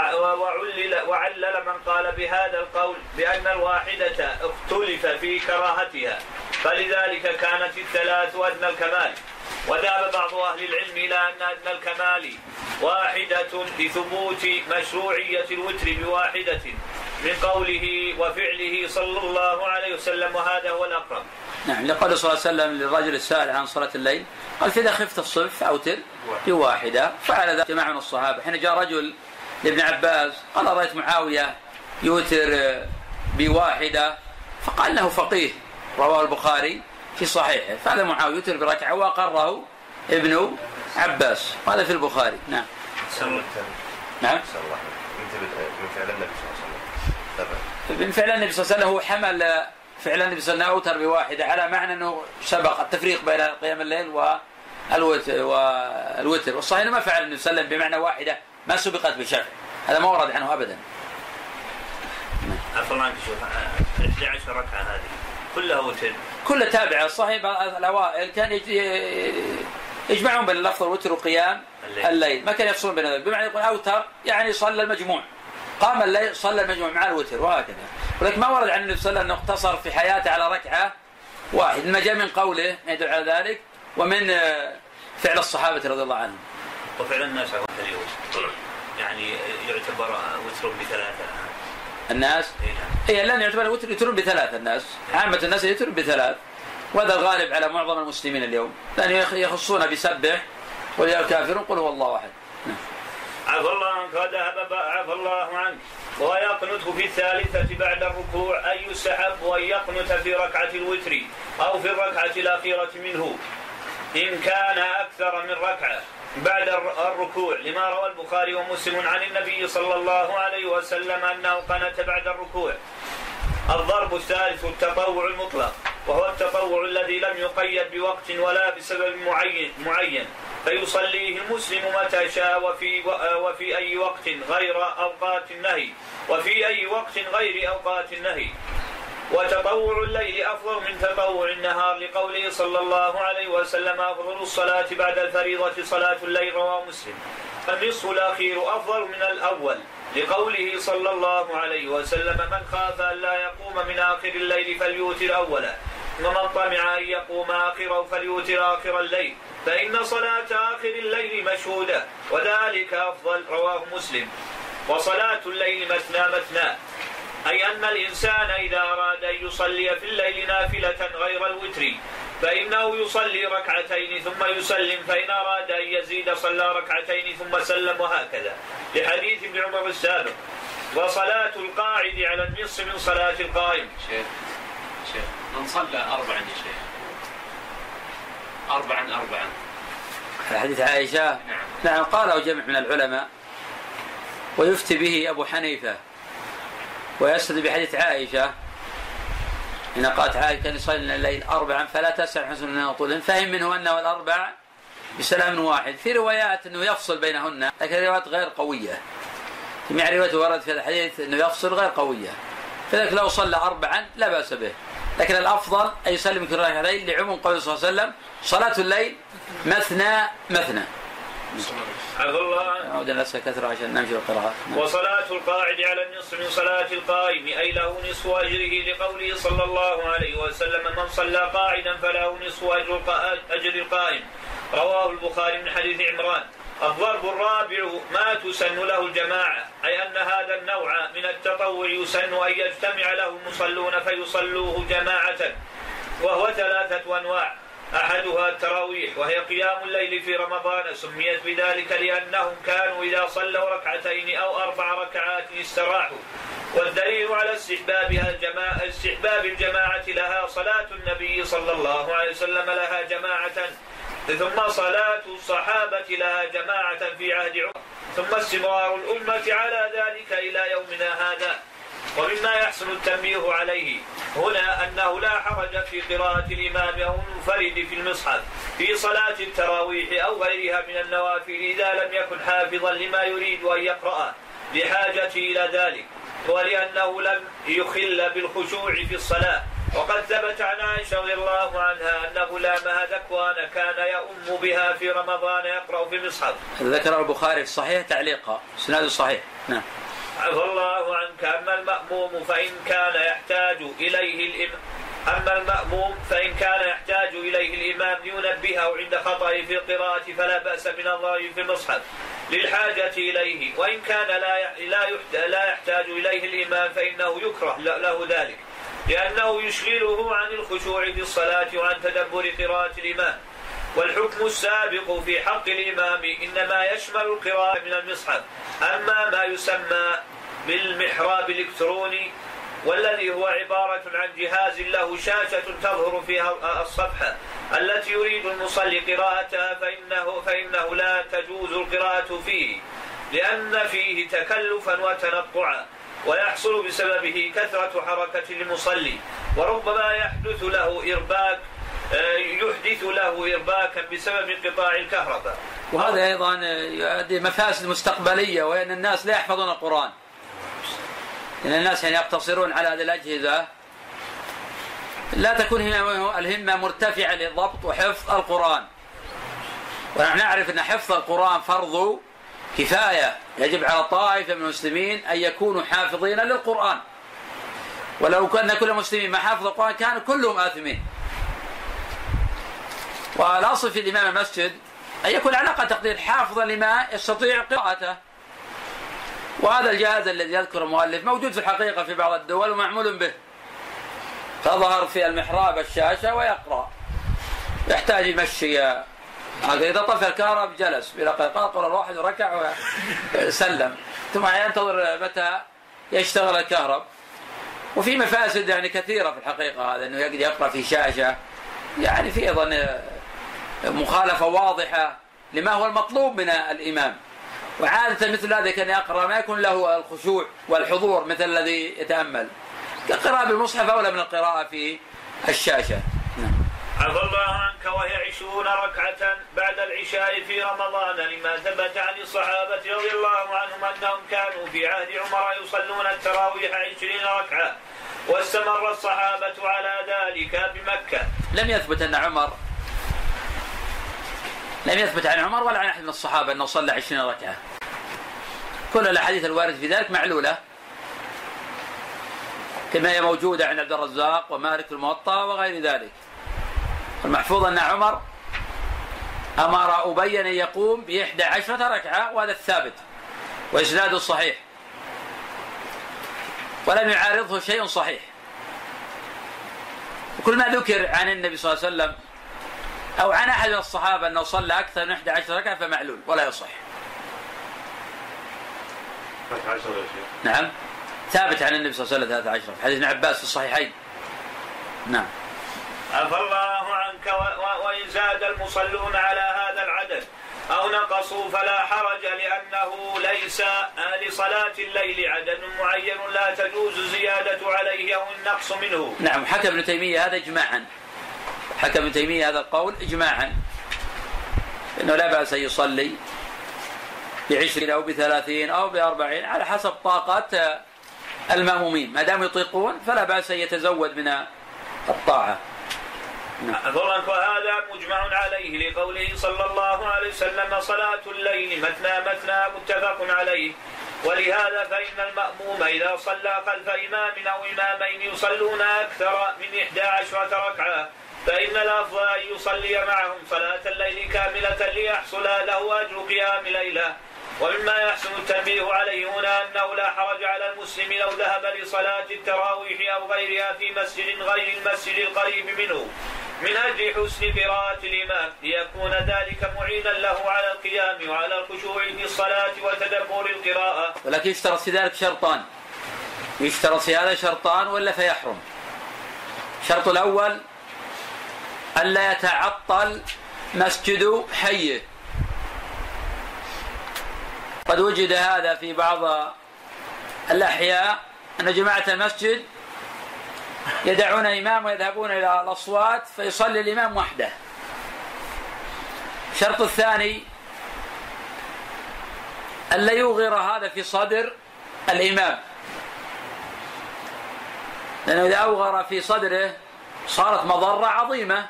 وعلل من قال بهذا القول بأن الواحدة اختلف في كراهتها، فلذلك كانت 3 أدنى الكمال. وذهب بعض أهل العلم إلى أن أدنى الكمال 1 لثبوت مشروعية الوتر ب1 من قوله وفعله صلى الله عليه وسلم، وهذا هو الأقرب. نعم، لقول صلى الله عليه وسلم للرجل السائل عن صلاة الليل قال فإذا خفت الصبح أوتر ب1. فعل ذلك جماعة من الصحابة. حين جاء رجل لابن عباس قال رأيت معاوية يوتر ب1، فقال له فقيه، رواه البخاري في صحيحه، فعل معاوية يوتر بركعة وأقره ابن عباس، هذا في البخاري. نعم. نعم. من فعل النبي صلى الله عليه وسلم هو حمل فعل النبي صلى الله عليه وسلم أوتر ب1 على معنى أنه سبق التفريق بين قيام الليل والوتر، والصحيح ما فعل النبي صلى الله عليه وسلم بمعنى 1 ما سبقت بشفع، هذا ما ورد عنه أبدا. أفضل شوف 11 ركعة هذه كلها وتر، كلها تابعة. الصحيح الأوائل كان يجمعون بين اللفظ والوتر وقيام الليل، ما كان يفصلون بين ذلك، بمعنى يقول أوتر يعني صلى المجموع، قام الليل صلى المجموع مع الوتر، وهكذا. ولكن ما ورد عن النبي صلى الله عليه وسلم أنه اقتصر في حياته على ركعة 1، ما جاء من قوله يدل على ذلك، ومن فعل الصحابة رضي الله عنهم. وفعل الناس اليوم يعني يعتبر وتر ب3 الناس؟ إيه لن يعتبر وتر، يترون ب3 الناس، عامة الناس يترون ب3، وهذا الغالب على معظم المسلمين اليوم، لأن يخصون بسبح ويا الكافرون قل هو الله أحد. عفى الله عنك. ويقنت في الثالثة بعد الركوع أي يستحب أن يقنت في ركعة الوتر أو في الركعة الأخيرة منه إن كان أكثر من ركعة بعد الركوع، لما روى البخاري ومسلم عن النبي صلى الله عليه وسلم أنه قنت بعد الركوع. الضرب الثالث التطوع المطلق، وهو التطوع الذي لم يقيد بوقت ولا بسبب معين فيصليه المسلم متى شاء وفي أي وقت غير أوقات النهي. وتطوع الليل أفضل من تطوع النهار لقوله صلى الله عليه وسلم أفضل الصلاة بعد الفريضة صلاة الليل، رواه مسلم. النصف الأخير أفضل من الأول لقوله صلى الله عليه وسلم من خاف أن لا يقوم من آخر الليل فليوتر أوله، ومن طمع أن يقوم آخره فليوتر آخر الليل، فإن صلاة آخر الليل مشهودة وذلك أفضل، رواه مسلم. وصلاة الليل مثنى مثنى، أي أن الإنسان إذا أراد أن يصلي في الليل نافلة غير الوتر فإنه يصلي ركعتين ثم يسلم، فإن أراد أن يزيد صلى ركعتين ثم سلم، وهكذا لحديث ابن عمر السابق. وصلاة القاعد على النصف من صلاة القائم. شيخ من صلى أربعا يا شيخ، أربعا حديث عائشة نعم قاله جمع من العلماء ويفتي به أبو حنيفة ويستدل بحديث عائشة إن قالت عائشة كان يصلي الليل أربعا فلا تسأل حسن منه طول، فهم منه أنه الأربع بسلام واحد. في روايات أنه يفصل بينهن لكن روايات غير قوية، جميع روايات ورد في الحديث أنه يفصل غير قوية، فذلك لو صلى أربعا لا بأس به، لكن الأفضل أن يسلم كل ركعتين لعموم قوله صلى الله عليه وسلم صلاة الليل مثنى مثنى. وصلاة القاعد على النصف من صلاة القائم أي له نصف أجره لقوله صلى الله عليه وسلم من صلى قاعدا فله نصف أجر القائم، رواه البخاري من حديث عمران. الضرب الرابع ما تسن له الجماعة، أي أن هذا النوع من التطوع يسن أن يجتمع له المصلون فيصلوه جماعة، وهو 3 أنواع. أحدها التراويح وهي قيام الليل في رمضان، سميت بذلك لأنهم كانوا إذا صلوا ركعتين أو 4 ركعات استراحوا. والدليل على استحباب الجماعة لها صلاة النبي صلى الله عليه وسلم لها جماعة، ثم صلاة الصحابة لها جماعة في عهد عمر، ثم استمرار الأمة على ذلك إلى يومنا هذا. ومما يحسن التنبيه عليه هنا أنه لا حرج في قراءة الإمام أو المنفرد في المصحف في صلاة التراويح أو غيرها من النوافل إذا لم يكن حافظا لما يريد أن يقرأ لحاجته إلى ذلك، ولأنه لم يخل بالخشوع في الصلاة. وقد ثبت عن عائشة رضي الله عنها أنه لامها ذكوان كان يؤم بها في رمضان يقرأ في المصحف. ذكر البخاري في الصحيح تعليقا سناد الصحيح. نعم. عفى الله عنك. أما المأموم فإن كان يحتاج إليه الإمام لينبهه عند خطأ في القراءة فلا بأس بنظره في المصحف للحاجة إليه، وإن كان لا يحتاج إليه الإمام فإنه يكره له ذلك لأنه يشغله عن الخشوع في الصلاة وعن تدبر قراءة الإمام. والحكم السابق في حق الإمام إنما يشمل القراءة من المصحف. أما ما يسمى بالمحراب الإلكتروني والذي هو عبارة عن جهاز له شاشة تظهر فيها الصفحة التي يريد المصلي قراءتها فإنه لا تجوز القراءة فيه لأن فيه تكلفا وتنطعا، ويحصل بسببه كثرة حركة المصلي، وربما يحدث له إرباكا بسبب انقطاع الكهرباء. وهذا أيضا يؤدي مفاسد مستقبلية، وأن الناس لا يحفظون القرآن، لأن الناس يقتصرون على هذه الأجهزة، لا تكون الهمة مرتفعة للضبط وحفظ القرآن. ونحن نعرف أن حفظ القرآن فرض كفاية، يجب على طائفة من المسلمين أن يكونوا حافظين للقرآن، ولو كان كل المسلمين ما حافظ القرآن كانوا كلهم آثمين. والأصل في الإمام المسجد أن يكون على أقل تقدير حافظا لما يستطيع قراءته. وهذا الجهاز الذي يذكر المؤلف موجود في الحقيقة في بعض الدول ومعمول به، تظهر في المحراب الشاشة ويقرأ، يحتاج يمشي إذا طفى الكهرب جلس إلى قال الواحد وركع وسلم، ثم ينتظر متى يشتغل الكهرب. وفي مفاسد يعني كثيرة في الحقيقة هذا، أنه يقرأ في شاشة، يعني في أيضا مخالفة واضحة لما هو المطلوب من الإمام. وعادة مثل هذا كان يقرأ ما يكون له الخشوع والحضور مثل الذي يتأمل، القراءة بالمصحف أولى من القراءة في الشاشة. عفى الله عنك. وهي 20 ركعة بعد العشاء في رمضان، لما ثبت عن الصحابة رضي الله عنهم أنهم كانوا في عهد عمر يصلون التراويح 20 ركعة، واستمر الصحابة على ذلك بمكة. لم يثبت عن عمر ولا عن أحد من الصحابة أنه صلى 20 ركعة. كل الأحاديث الوارد في ذلك معلولة، كما هي موجودة عند عبد الرزاق ومالك في الموطأ وغير ذلك. المحفوظ أن عمر أمر أبي أن يقوم ب11 ركعة، وهذا الثابت وإسناده صحيح، ولم يعارضه شيء صحيح. وكل ما ذكر عن النبي صلى الله عليه وسلم أو عن أحد من الصحابة أنه صلى أكثر من 11 ركعة فمعلول ولا يصح. 13 نعم، ثابت عن النبي صلى الله عليه وسلم 13 في حديث ابن عباس في الصحيحين. نعم. عفى الله عنك. وإن زاد المصلون على هذا العدد أو نقصوا فلا حرج، لأنه ليس لصلاة الليل عدد معين لا تجوز زيادة عليه أو النقص منه. نعم. حكى ابن تيمية هذا إجماعا، حكى ابن تيمية هذا القول إجماعا، إنه لا بأس أن يصلي ب20 أو ب30 أو ب40 على حسب طاقة المأمومين، ما دام يطيقون فلا بأس أن يتزود من الطاعة. وهذا مجمع عليه لقوله صلى الله عليه وسلم: صلاة الليل مثنى مثنى، متفق عليه. ولهذا فإن المأموم إذا صلى خلف إمام أو إمامين يصلون أكثر من 11 ركعة فإن الأفضل أن يصلي معهم صلاة الليل كاملة ليحصل له أجر قيام ليلة. ومما يحسن التنبيه عليه هنا أنه لا حرج على المسلم لو ذهب لصلاة التراويح أو غيرها في مسجد غير المسجد القريب منه من أجل حسن قراءة الإمام، ليكون ذلك معينا له على القيام وعلى الخشوع في الصلاة وتدبر القراءة. ولكن يشترط في ذلك شرطان، يشترط في هذا شرطان ولا فيحرم. الشرط الأول ألا يتعطل مسجد حيه. قد وجد هذا في بعض الأحياء أن جماعة المسجد يدعون الإمام ويذهبون إلى الأصوات فيصلي الإمام وحده. الشرط الثاني ألا يغير هذا في صدر الإمام، لأنه إذا أوغر في صدره صارت مضرة عظيمة.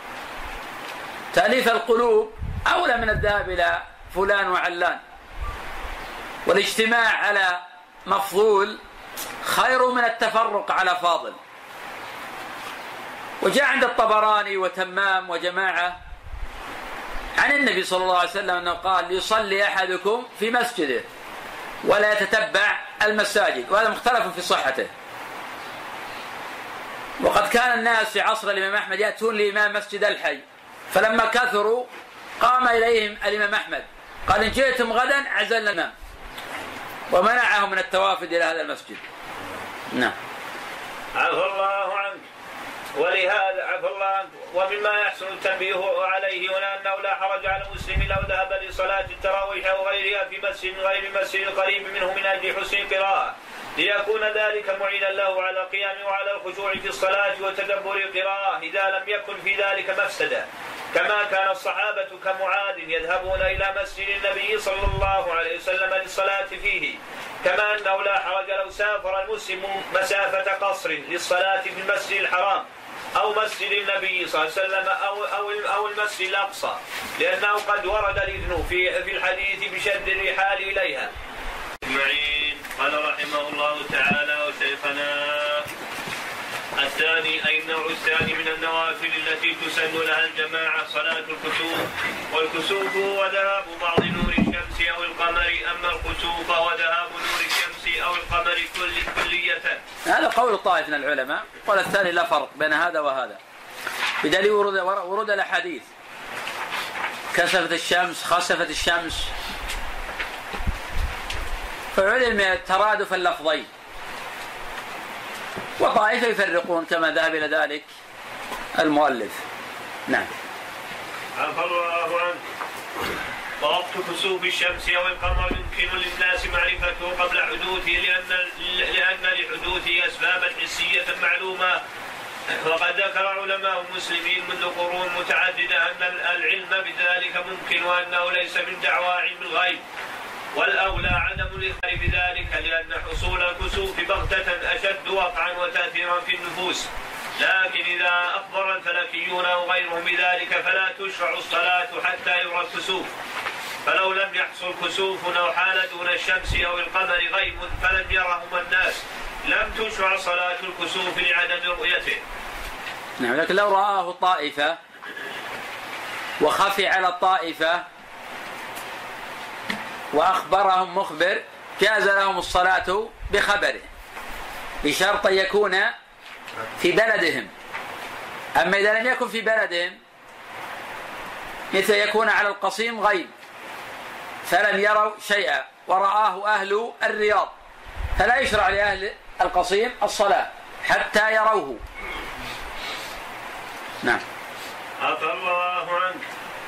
تأليف القلوب أولى من الذهاب إلى فلان وعلان، والاجتماع على مفضول خير من التفرق على فاضل. وجاء عند الطبراني وتمام وجماعة عن النبي صلى الله عليه وسلم أنه قال: يصلي أحدكم في مسجده ولا يتتبع المساجد، وهذا مختلف في صحته. وقد كان الناس في عصر الإمام أحمد يأتون لإمام مسجد الحي، فلما كثروا قام إليهم الإمام أحمد قال: إن جئتم غدا عزلنا الإمام، ومنعهم من التوافد إلى هذا المسجد. نعم. عفى الله عنك. ولهذا عفى الله عنك. ومما يحسن التنبيه عليه هنا أنه لا حرج على المسلم لو ذهب لصلاة التراويح أو غيرها في مسجد غير المسجد القريب منه من أجل حسن القراءة، ليكون ذلك معينا له على القيام وعلى الخشوع في الصلاة وتدبر القراءة إذا لم يكن في ذلك مفسدة، كما كان الصحابة كمعاذ يذهبون إلى مسجد النبي صلى الله عليه وسلم للصلاة فيه، كما أنه لا حرج لو سافر المسلم مسافة قصر للصلاة في المسجد الحرام أو مسجد النبي صلى الله عليه وسلم أو المسجد الأقصى، لأنه قد ورد الإذن في الحديث بشد الرحال إليها. قال رحمه الله تعالى: وشيخنا الثاني أي النوع الثاني من النوافل التي تسن لها الجماعة صلاة الكسوف. والكسوف هو ذهاب بعض نور الشمس أو القمر، أما الخسوف هو ذهاب نور الشمس أو القمر كلية. هذا قول طائف من العلماء، قال الثاني لا فرق بين هذا وهذا بدليل ورود الأحاديث كسفت الشمس، خسفت الشمس، فعلم الترادف اللفظين، وطائفة يفرقون كما ذهب إلى ذلك المؤلف. نعم. عفى الله عنه. ووقت كسوف الشمس أو القمر يمكن للناس معرفته قبل حدوثه لأن لحدوثه أسبابا حسية معلومة. وقد ذكر علماء المسلمين منذ قرون متعددة أن العلم بذلك ممكن وأنه ليس من دعوى علم الغيب، والأولى عدم الإخبار بذلك لأن حصول الكسوف بغتة أشد وقعا وتأثيرا في النفوس. لكن إذا أخبر الفلكيون أو غيرهم بذلك فلا تشرع الصلاة حتى يرى الكسوف. فلو لم يحصل كسوف أو حال دون الشمس أو القمر غيب فلم يرهما الناس لم تشرع صلاة الكسوف لعدم رؤيته. نعم. لكن لو رآه طائفة وخفي على الطائفة وأخبرهم مخبر جاز لهم الصلاة بخبره بشرط أن يكون في بلدهم. أما إذا لم يكن في بلدهم مثل يكون على القصيم غيب فلم يروا شيئا ورآه أهل الرياض فلا يشرع لأهل القصيم الصلاة حتى يروه. نعم. عفى الله عنه.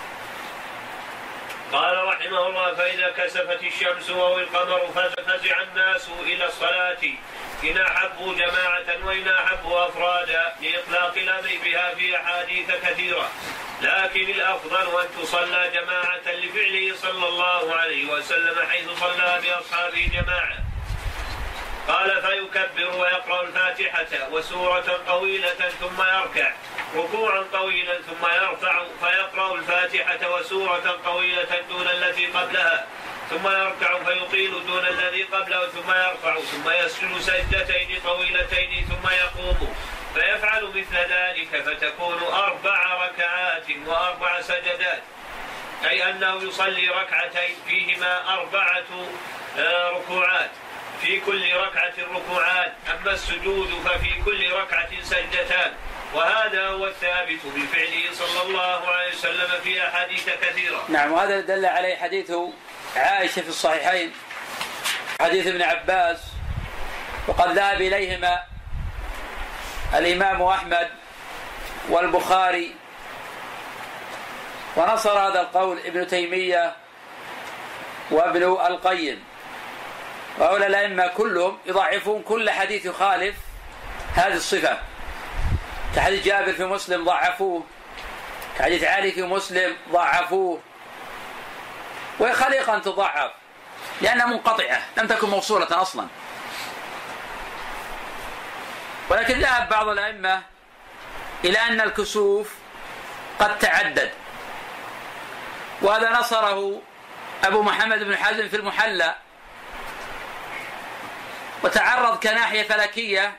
قال رحمه الله: فإذا كسفت الشمس أو القمر ففزع الناس إلى الصلاة إن أحبوا جماعة وإن أحبوا أفرادا لإطلاق الأمر بها في أحاديث كثيرة، لكن الأفضل أن تصلى جماعة لفعله صلى الله عليه وسلم حيث صلى بأصحابه جماعة. قال: فيكبر ويقرأ الفاتحة وسورة طويلة ثم يركع ركوعا طويلا ثم يرفع فيقرأ الفاتحة وسورة طويلة دون التي قبلها ثم يركع فيطيل دون الذي قبله ثم يرفع ثم يسجد سجدتين طويلتين ثم يقوم فيفعل مثل ذلك فتكون 4 ركعات و4 سجدات، أي أنه يصلي ركعتين فيهما 4 ركوعات في كل ركعة ركوعات، أما السجود ففي كل ركعة سجدتان، وهذا هو الثابت بفعله صلى الله عليه وسلم في أحاديث كثيرة. نعم. وهذا دل عليه حديث عائشة في الصحيحين حديث ابن عباس، وقد ذهب إليهما الإمام أحمد والبخاري، ونصر هذا القول ابن تيمية وابن القيم، وهؤلاء الأئمة كلهم يضعفون كل حديث يخالف هذه الصفة، كحديث جابر في مسلم ضعفوه، كحديث علي في مسلم ضعفوه، وهي خليقة أن تضعف لأنها منقطعة لم تكن موصولة أصلا. ولكن ذهب بعض الأئمة إلى أن الكسوف قد تعدد، وهذا نصره أبو محمد بن حزم في المحلى، وتعرض كناحية فلكية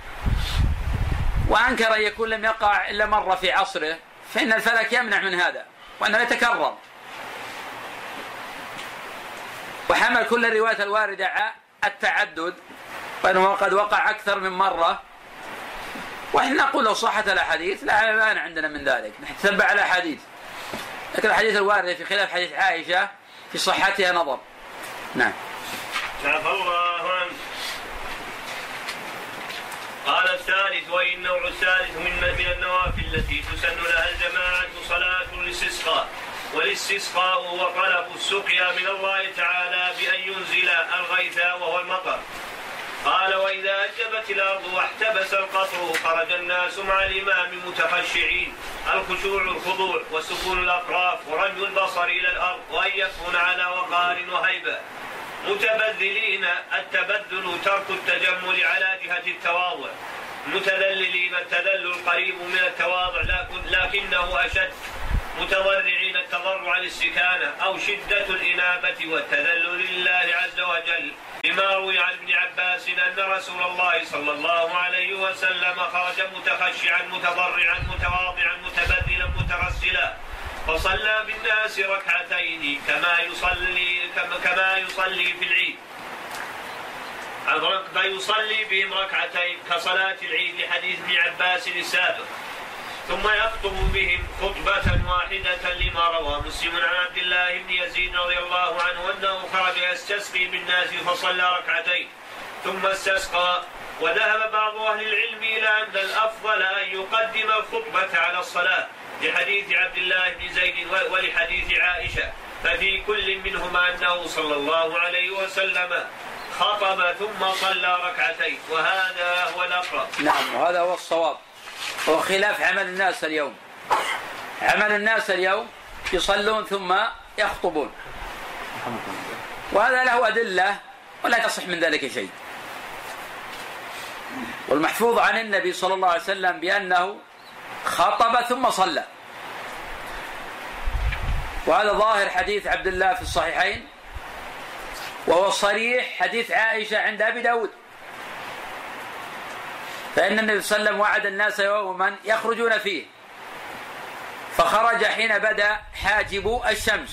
وأنكر أن يكون لم يقع إلا مرة في عصره، فإن الفلك يمنع من هذا وأنه يتكرر، وحمل كل الروايات الواردة على التعدد وأنه قد وقع أكثر من مرة. وإحنا نقول لو صحت الأحاديث لا مانع عندنا من ذلك، نتتبع على الأحاديث، لكن الحديث الواردة في خلاف حديث عائشة في صحتها نظر. نعم. عفى الله عنه. قال الثالث: وإن النوع الثالث من النوافل التي تسن لها الجماعة صلاة الاستسقاء، والاستسقاء هو طلب السقيا من الله تعالى بأن ينزل الغيث وهو المطر. قال: وإذا أجبت الأرض واحتبس القطر خرج الناس مع الإمام متخشعين، الخشوع الخضوع وسكون الأطراف ورمي البصر إلى الأرض وأن يكون على وقار وهيبة، متبذلين التبذل ترك التجمل على جهة التواضع، متذللين التذلل قريب من التواضع لكنه أشد، متضرعين التضرع للسكانة أو شدة الإنابة والتذلل لله عز وجل، لما روي عن ابن عباس أن رسول الله صلى الله عليه وسلم خرج متخشعا متضرعا متواضعا متبذلا مترسلا، فصلى بالناس ركعتين كما يصلي في العيد، فيصلي بهم ركعتين كصلاة العيد لحديث ابن عباس السابق. ثم يخطب بهم خطبة واحدة، لما روى مسلم عن عبد الله بن يزيد رضي الله عنه أنه خرج يستسقي بالناس فصلى ركعتين ثم استسقى. وذهب بعض أهل العلم إلى أن الأفضل أن يقدم الخطبة على الصلاة لحديث عبد الله بن زيد ولحديث عائشة، ففي كل منهما أنه صلى الله عليه وسلم خطب ثم صلى ركعتين، وهذا هو الأقرب. نعم، وهذا هو الصواب، هو خلاف عمل الناس اليوم. عمل الناس اليوم يصلون ثم يخطبون، وهذا له أدلة ولا يصح من ذلك شيء. والمحفوظ عن النبي صلى الله عليه وسلم بأنه خطب ثم صلى، وهذا ظاهر حديث عبد الله في الصحيحين، وهو صريح حديث عائشة عند أبي داود، فإن النبي صلى الله عليه وسلم وعد الناس يوما يخرجون فيه، فخرج حين بدأ حاجب الشمس،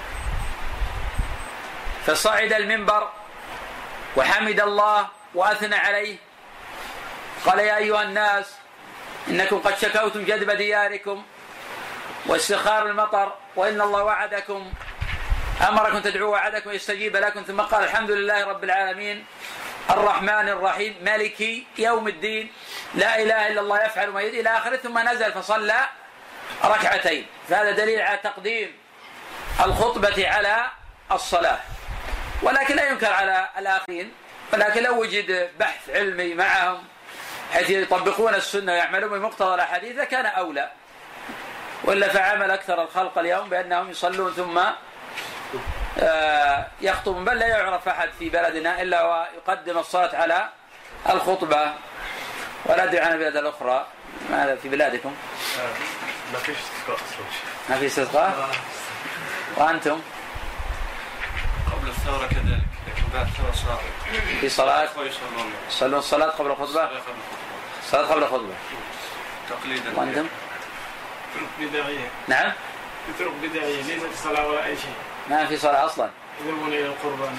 فصعد المنبر وحمد الله وأثنى عليه، قال: يا أيها الناس إنكم قد شكوتم جدب دياركم واستخار المطر، وإن الله وعدكم أمركم تدعوا وعدكم يستجيب لكم. ثم قال: الحمد لله رب العالمين الرحمن الرحيم مالك يوم الدين لا إله إلا الله يفعل ما يريد إلى آخره، ثم نزل فصلى ركعتين. فهذا دليل على تقديم الخطبة على الصلاة، ولكن لا ينكر على الآخرين، ولكن لو وجد بحث علمي معهم حيث يطبقون السنة ويعملون بمقتضى الأحاديث كان أولى، وإلا فعمل أكثر الخلق اليوم بأنهم يصلون ثم يخطبون، بل لا يعرف أحد في بلدنا إلا ويقدم الصلاة على الخطبة. ولا أدري عن البلاد الأخرى، ماذا في بلادكم؟ ما فيش استسقاء أصلا. ما في استسقاء؟ وأنتم؟ قبل الثورة كذلك، لكن بعد الثورة صار في صلاة يصلون الصلاة قبل الخطبة؟ الصلاة قبل الخطبة تقليدا. وأنتم؟ بداعية. نعم؟ طرق بداعية، ليست صلاة ولا أي شيء. ما في صلاة أصلا. يذهبون إلى القربان.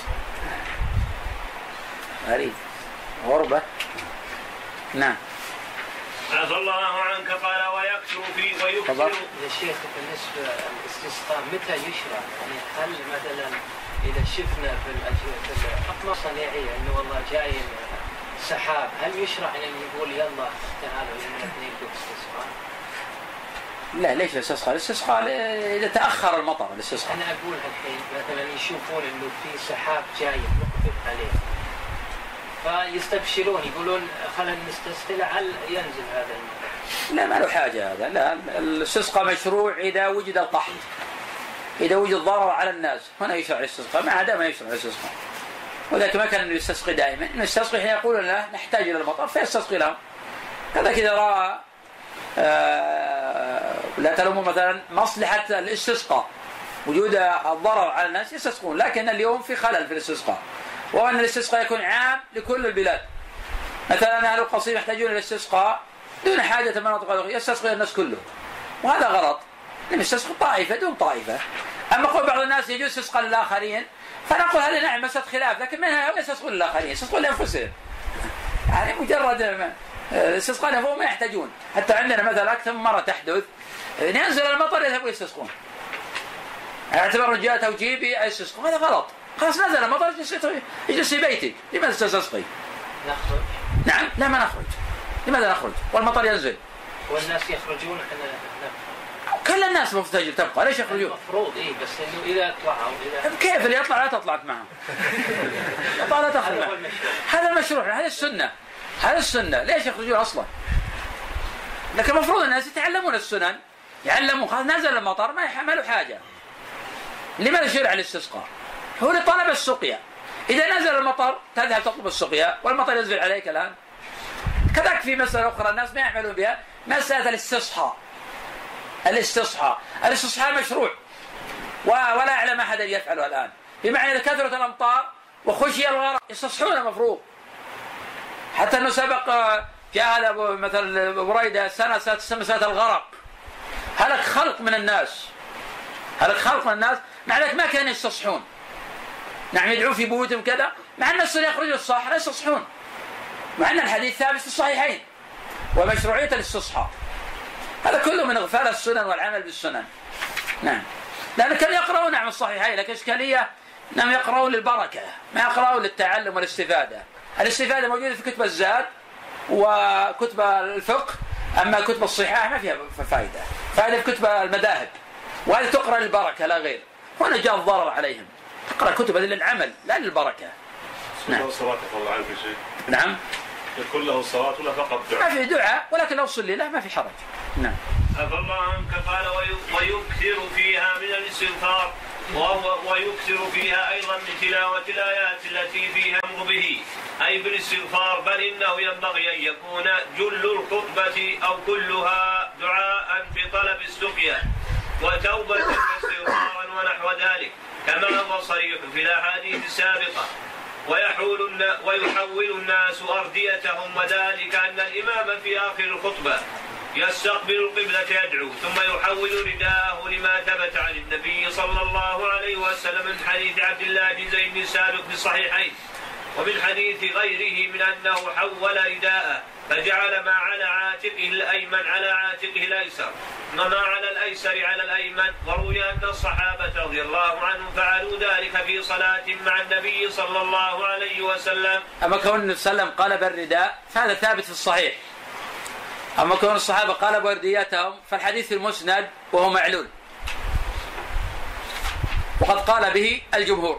غريب. غربة. نعم. عفى الله عنك. قال: ويكثر فيه ويكثر. يا شيخ، بالنسبة للاستسقاء متى يشرع؟ يعني هل مثلا إذا شفنا في الأطماع الصناعية إنه والله جاي سحاب، هل يشرع أن يقول يلا تعالوا يوم الاثنين بالاستسقاء؟ لا، ليش الاستسقاء؟ الاستسقاء إذا تأخر المطر الاستسقاء. أنا أقول الحين مثلا يشوفون إنه في سحاب جاي نقفل عليه، فيستبشرون يقولون خلينا نستسقي لعل ينزل هذا المطر. لا، ما له حاجة هذا. لا، الاستسقاء مشروع إذا وجد القحط، إذا وجد ضرر على الناس، هنا يشرع الاستسقاء، ما عدا ما يشرع الاستسقاء. ولكن ما كان إنه يستسقي دائما، إنه يستسقي حين يقولون له نحتاج إلى المطر فيستسقي لهم. كذلك إذا رأى لا تلوموا مثلا مصلحة الاستسقاء وجود الضرر على الناس يستسقون، لكن اليوم في خلل في الاستسقاء، وهو أن الاستسقاء يكون عام لكل البلاد. مثلا أهل القصيم يحتاجون إلى الاستسقاء دون حاجة المناطق الأخرى، يستسقي الناس كله، وهذا غلط. يستسقي طائفة دون طائفة. أما قول بعض الناس يجوز استسقاء للآخرين، فنقول هذه نعم مسألة خلاف، لكن منها يستسقون للآخرين، يستسقون لأنفسهم. يعني مجرد الاستسقاء لهم ما يحتاجون. حتى عندنا مثلا أكثر من مرة تحدث ينزل المطر يذهبوا يستسقون، اعتبر رجال توجيبي يستسقون، هذا غلط. خلاص نزل المطر يجلس في بيتك، لماذا تستسقي؟ نخرج؟ نعم، لا ما نخرج. لماذا نخرج والمطر ينزل؟ والناس يخرجون، احنا كل الناس مفتجر تبقى، ليش يخرجون؟ المفروض بس انه اذا طلعوا كيف اللي يطلع لا تطلع معهم؟ يطلع لا تخرج معهم. هذا المشروع، هذا السنة، هذا السنة. ليش يخرجون أصلا؟ لكن المفروض الناس يتعلمون السنن، يعلمون. خلاص نزل المطر ما يحملوا حاجة. لماذا شرع الاستسقاء؟ هو لطلب السقيا. إذا نزل المطر تذهب تطلب السقيا والمطر ينزل عليك الآن. كذلك في مسألة أخرى الناس ما يعملون بها، مسألة الاستصحاء. الاستصحاء مشروع ولا أعلم أحد يفعله الآن، بمعنى إذا كثرت الأمطار وخشي الغرق يستصحون المفروض. حتى أنه سبق جاء هذا مثل بريدة سنة الغرق، هلك خلق من الناس، مع ذلك ما كانوا يستصحون. نعم يدعون في بيوتهم كذا، مع الناس يخرجوا الصحراء يستصحون، مع أن الحديث ثابت في الصحيحين ومشروعية الاستصحاء. هذا كله من إغفال السنن والعمل بالسنن. نعم، لأن كانوا يقرؤون عن الصحيحين، لكن إشكالية أنهم يقرؤون للبركة، ما يقرؤون للتعلم والاستفادة. الاستفادة موجودة في كتب الزاد وكتب الفقه، أما كتب الصحاح ما فيها فائدة في كتب المذاهب، وهذه تقرأ للبركة لا غير. هنا جاء الضرر عليهم، تقرأ كتب للعمل لا للبركة. نعم. صلاة الله عنه في شيء. نعم. يكون له صلاة ولا فقط دعاء؟ ما في دعاء، ولكن لو صلي له ما في حرج. نعم. عفى الله عنك. قال ويكثر فيها من الاستغفار، ويكثر فيها أيضا من تلاوة الآيات التي فيها أمر به، أي بالاستغفار، بل إنه ينبغي أن يكون جل الخطبة أو كلها دعاء بطلب السقيا وتوبة واستغفارا ونحو ذلك، كما هو صريح في الأحاديث السابقة. ويحول الناس أرديتهم، وذلك أن الإمام في آخر الخطبة يستقبل القبلة يدعو، ثم يحول رداءه لما ثبت عن النبي صلى الله عليه وسلم من حديث عبد الله بن زيد السابق في الصحيحين، ومن حديث غيره من أنه حول رداءه فجعل ما على عاتقه الأيمن على عاتقه الأيسر، وما على الأيسر على الأيمن. وروي أن الصحابة رضي الله عنهم فعلوا ذلك في صلاة مع النبي صلى الله عليه وسلم. أما كون النبي صلى الله عليه وسلم قلب الرداء فهذا ثابت في الصحيح، أما كون الصحابة قلبوا رديتهم فالحديث المسند وهو معلول، وقد قال به الجمهور.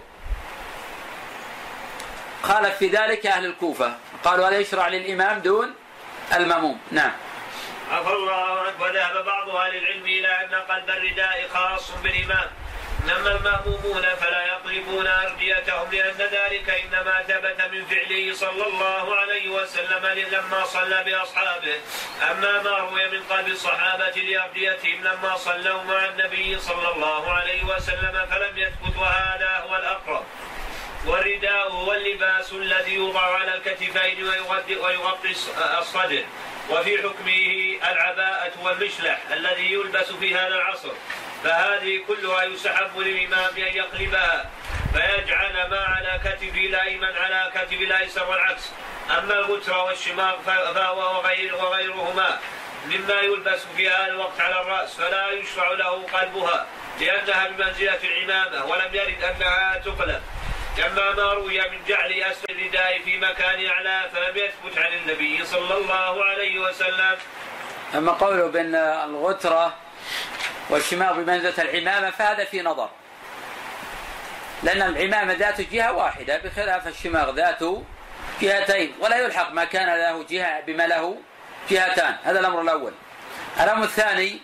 قال في ذلك أهل الكوفة، قالوا هذا يشرع للإمام دون المأموم. نعم. عفى الله عنك. وذهب بعض أهل العلم إلى أن قلب الرداء خاص بالإمام، أما المأمومون فلا يقلبون أرديتهم، لأن ذلك إنما ثبت من فعله صلى الله عليه وسلم لما صلى بأصحابه. أما ما روي من قلب الصحابة لأرديتهم لما صلوا مع النبي صلى الله عليه وسلم فلم يثبت، وهذا هو الأقرب. والرداء هو اللباس الذي يوضع على الكتفين ويغطي الصدر، وفي حكمه العباءة والمشلح الذي يلبس في هذا العصر، فهذه كلها يستحب للإمام أن يقلبها فيجعل ما على كتفه الأيمن على كتف الأيسر والعكس. أما الغترة والشماغ فهو وغيرهما مما يلبس في هذا الوقت على الرأس فلا يشرع له قلبها، لأنها بمنزلة العمامة ولم يرد أنها تقلب. أما ما روي من جعل أسفل الرداء في مكان أعلى فلم يثبت عن النبي صلى الله عليه وسلم. أما قوله بأن الغترة والشماغ بمنزلة العمامة فهذا في نظر، لأن العمامة ذات جهة واحدة بخلاف الشماغ ذات جهتين، ولا يلحق ما كان له جهة بما له جهتان. هذا الأمر الأول. الأمر الثاني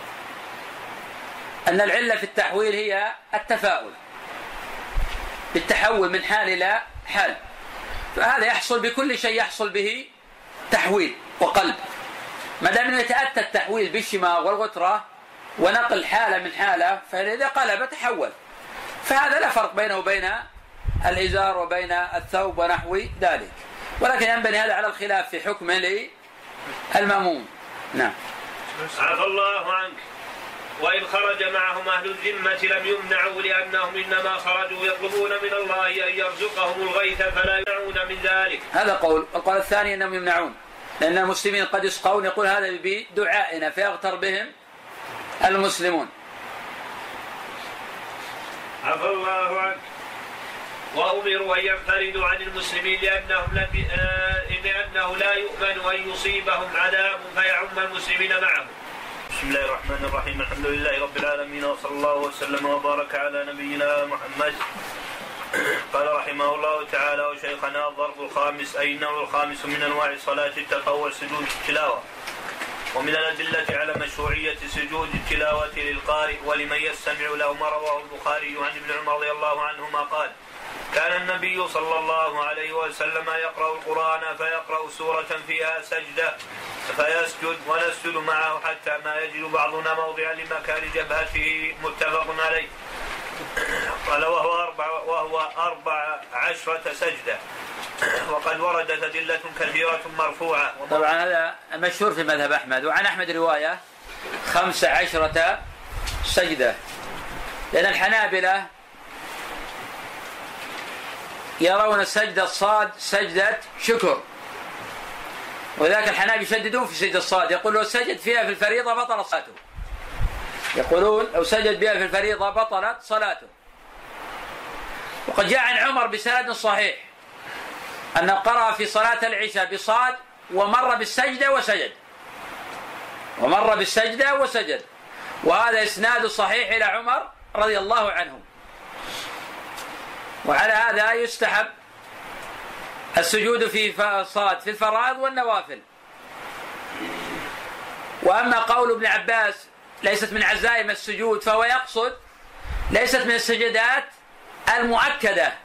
أن العلة في التحويل هي التفاؤل بالتحول من حال إلى حال، فهذا يحصل بكل شيء يحصل به تحويل وقلب، ما دام يتأتى التحويل بالشماغ والغترة ونقل حالة من حالة، فإذا قلب تحول، فهذا لا فرق بينه وبين الإزار وبين الثوب ونحو ذلك، ولكن ينبني هذا على الخلاف في حكمه للمأموم. نعم. عفى الله عنك. وإن خرج معهم أهل الذمة لم يمنعوا، لأنهم إنما خرجوا يطلبون من الله أن يرزقهم الغيث فلا يمنعون من ذلك. هذا قول. القول الثاني أنهم يمنعون، لأن المسلمين قد يسقون، يقول هذا بدعائنا فيغتر بهم المسلمون. عفى الله عنك. وأمروا أن ينفردوا عن المسلمين لأنه لا يؤمن أن يصيبهم عذاب فيعم المسلمين معهم. بسم الله الرحمن الرحيم. الحمد لله رب العالمين، وصلى الله وسلم وبارك على نبينا محمد. قال رحمه الله تعالى: وشيخنا الضرب الخامس، أي النوع الخامس من أنواع صلاة التطوع سجود التلاوة. ومن الأدلة على مشروعية سجود التلاوة للقارئ ولمن يستمع له ما رواه البخاري عن ابن عمر رضي الله عنهما قال: كان النبي صلى الله عليه وسلم يقرأ القرآن فيقرأ سورة فيها سجدة فيسجد ونسجد معه حتى ما يجد بعضنا موضعا لمكان جبهته، متفق عليه. قال وهو 14 سجدة، وقد وردت أدلة كثيرة مرفوعة. طبعا هذا مشهور في مذهب أحمد، وعن أحمد رواية 15 سجدة، لأن الحنابلة يرون سجدة صاد سجدة شكر، ولذلك الحنابلة يشددون في سجد الصلاة، يقول لو سجد فيها في الفريضة بطلت صلاته، يقولون لو سجد بها في الفريضة بطلت صلاته. وقد جاء عن عمر بسند صحيح أنه قرأ في صلاة العشاء بصاد ومر بالسجدة وسجد، وهذا إسناد صحيح إلى عمر رضي الله عنه. وعلى هذا يستحب السجود في صاد في الفرائض والنوافل. وأما قول ابن عباس ليست من عزائم السجود، فهو يقصد ليست من السجدات المؤكدة،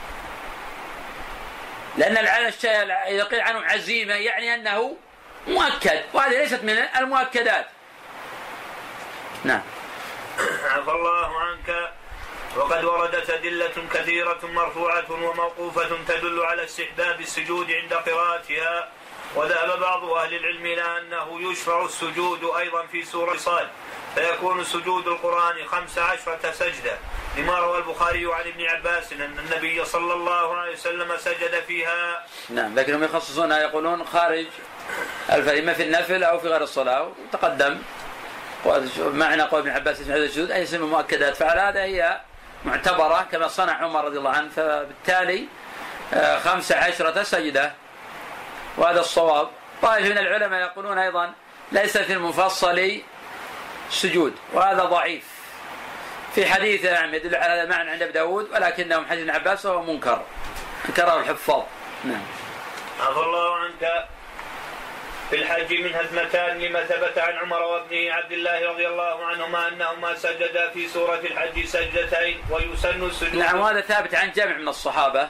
لأن إذا قيل عنه عزيمة يعني أنه مؤكد، وهذه ليست من المؤكدات. نعم. عفى الله عنك. وقد وردت أدلة كثيرة مرفوعة وموقوفة تدل على استحباب السجود عند قراءتها، وذهب بعض أهل العلم إلى أنه يشرع السجود أيضا في سورة صاد، فيكون سجود القرآن 15 سجدة، لما روى البخاري عن ابن عباس أن النبي صلى الله عليه وسلم سجد فيها. نعم، لكنهم يخصصونها يقولون خارج الفريضة في النفل أو في غير الصلاة، وتقدم معنى قول ابن عباس هذا السجود أي اسم مؤكدات، فعلى هذا هي معتبرة كما صنع عمر رضي الله عنه، فبالتالي 15 سجدة، وهذا الصواب. طائفة من العلماء يقولون أيضا ليس في المفصل سجود، وهذا ضعيف في حديث يدل على هذا المعنى عند أبي داود، ولكنه حديث ابن عباس وهو منكر، انكره الحفاظ. نعم. عفى الله عنك. في الحج منها اثنتان لما ثبت عن عمر وابنه عبد الله رضي الله عنهما أنهما سجدا في سورة الحج سجدتين ويسن السجود. نعم، وهذا ثابت عن جمع من الصحابة،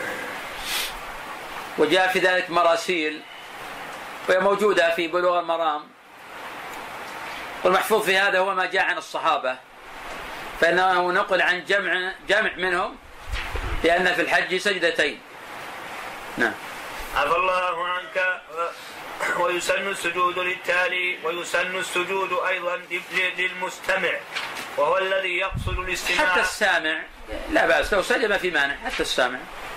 وجاء في ذلك مراسيل وهي موجودة في بلوغ المرام، والمحفوظ في هذا هو ما جاء عن الصحابة، فإنه نقل عن جمع منهم لأن في الحج سجدتين. نعم. عفى الله عنك. ويسن السجود للتالي، ويسن السجود أيضا للمستمع، وهو الذي يقصد الاستماع. حتى السامع لا بأس لو سجد في مانع، حتى السامع،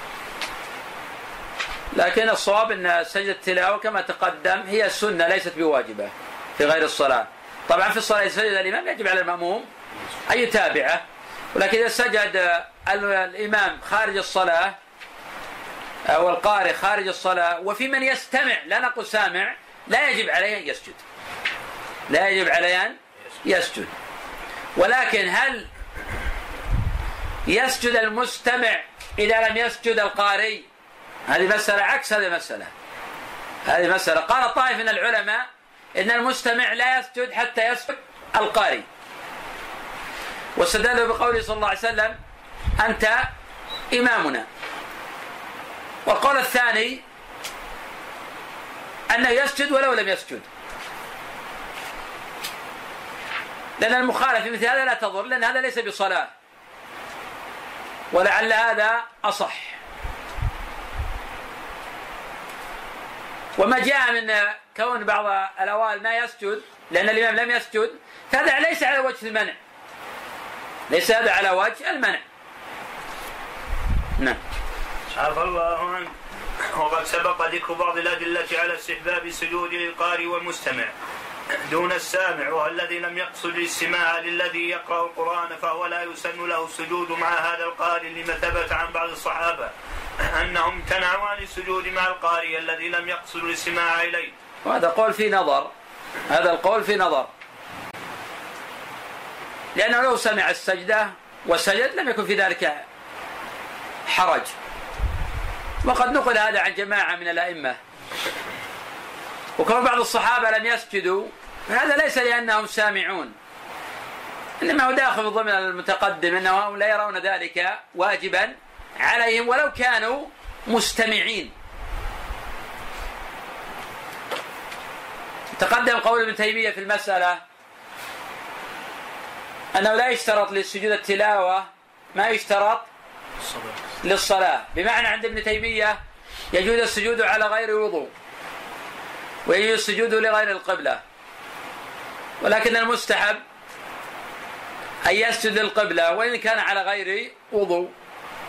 لكن الصواب أن سجدة التلاوة كما تقدم هي السنة ليست بواجبة في غير الصلاة. طبعا في الصلاة سجد الإمام يجب على المأموم أن يتابعه، ولكن إذا سجد الإمام خارج الصلاة أو القارئ خارج الصلاة وفي من يستمع، لا نقول سامع، لا يجب عليه أن يسجد، لا يجب عليه أن يسجد. ولكن هل يسجد المستمع إذا لم يسجد القارئ؟ هذه مسألة عكس هذه مسألة. قال طائفة من العلماء إن المستمع لا يسجد حتى يسجد القارئ، واستدلوا بقوله صلى الله عليه وسلم أنت إمامنا. والقول الثاني أنه يسجد ولو لم يسجد، لأن المخالفة في مثل هذا لا تضر، لأن هذا ليس بصلاة، ولعل هذا أصح. وما جاء من كون بعض الأوائل ما يسجد لأن الإمام لم يسجد، فهذا ليس على وجه المنع، ليس هذا على وجه المنع. نعم. عفى الله عنك. وقد سبق ذكر بعض الأدلة على استحباب السجود للقارئ والمستمع دون السامع، وهو الذي لم يقصد الاستماع للذي يقرأ القرآن فهو لا يسن له السجود مع هذا القارئ، لما ثبت عن بعض الصحابة أنهم امتنعوا عن السجود مع القارئ الذي لم يقصد الاستماع إليه. وهذا قول في نظر، هذا القول في نظر، لأنه لو سمع السجدة وسجد لم يكن في ذلك حرج. وقد نقل هذا عن جماعة من الأئمة، وكما بعض الصحابة لم يسجدوا، هذا ليس لأنهم سامعون، إنما هو داخل ضمن المتقدم أنهم لا يرون ذلك واجبا عليهم ولو كانوا مستمعين. تقدم قول ابن تيمية في المسألة أنه لا يشترط للسجود التلاوة ما يشترط للصلاة، بمعنى عند ابن تيمية يجوز السجود على غير وضوء ويجوز السجود لغير القبلة، ولكن المستحب أن يسجد للقبلة وإن كان على غير وضوء.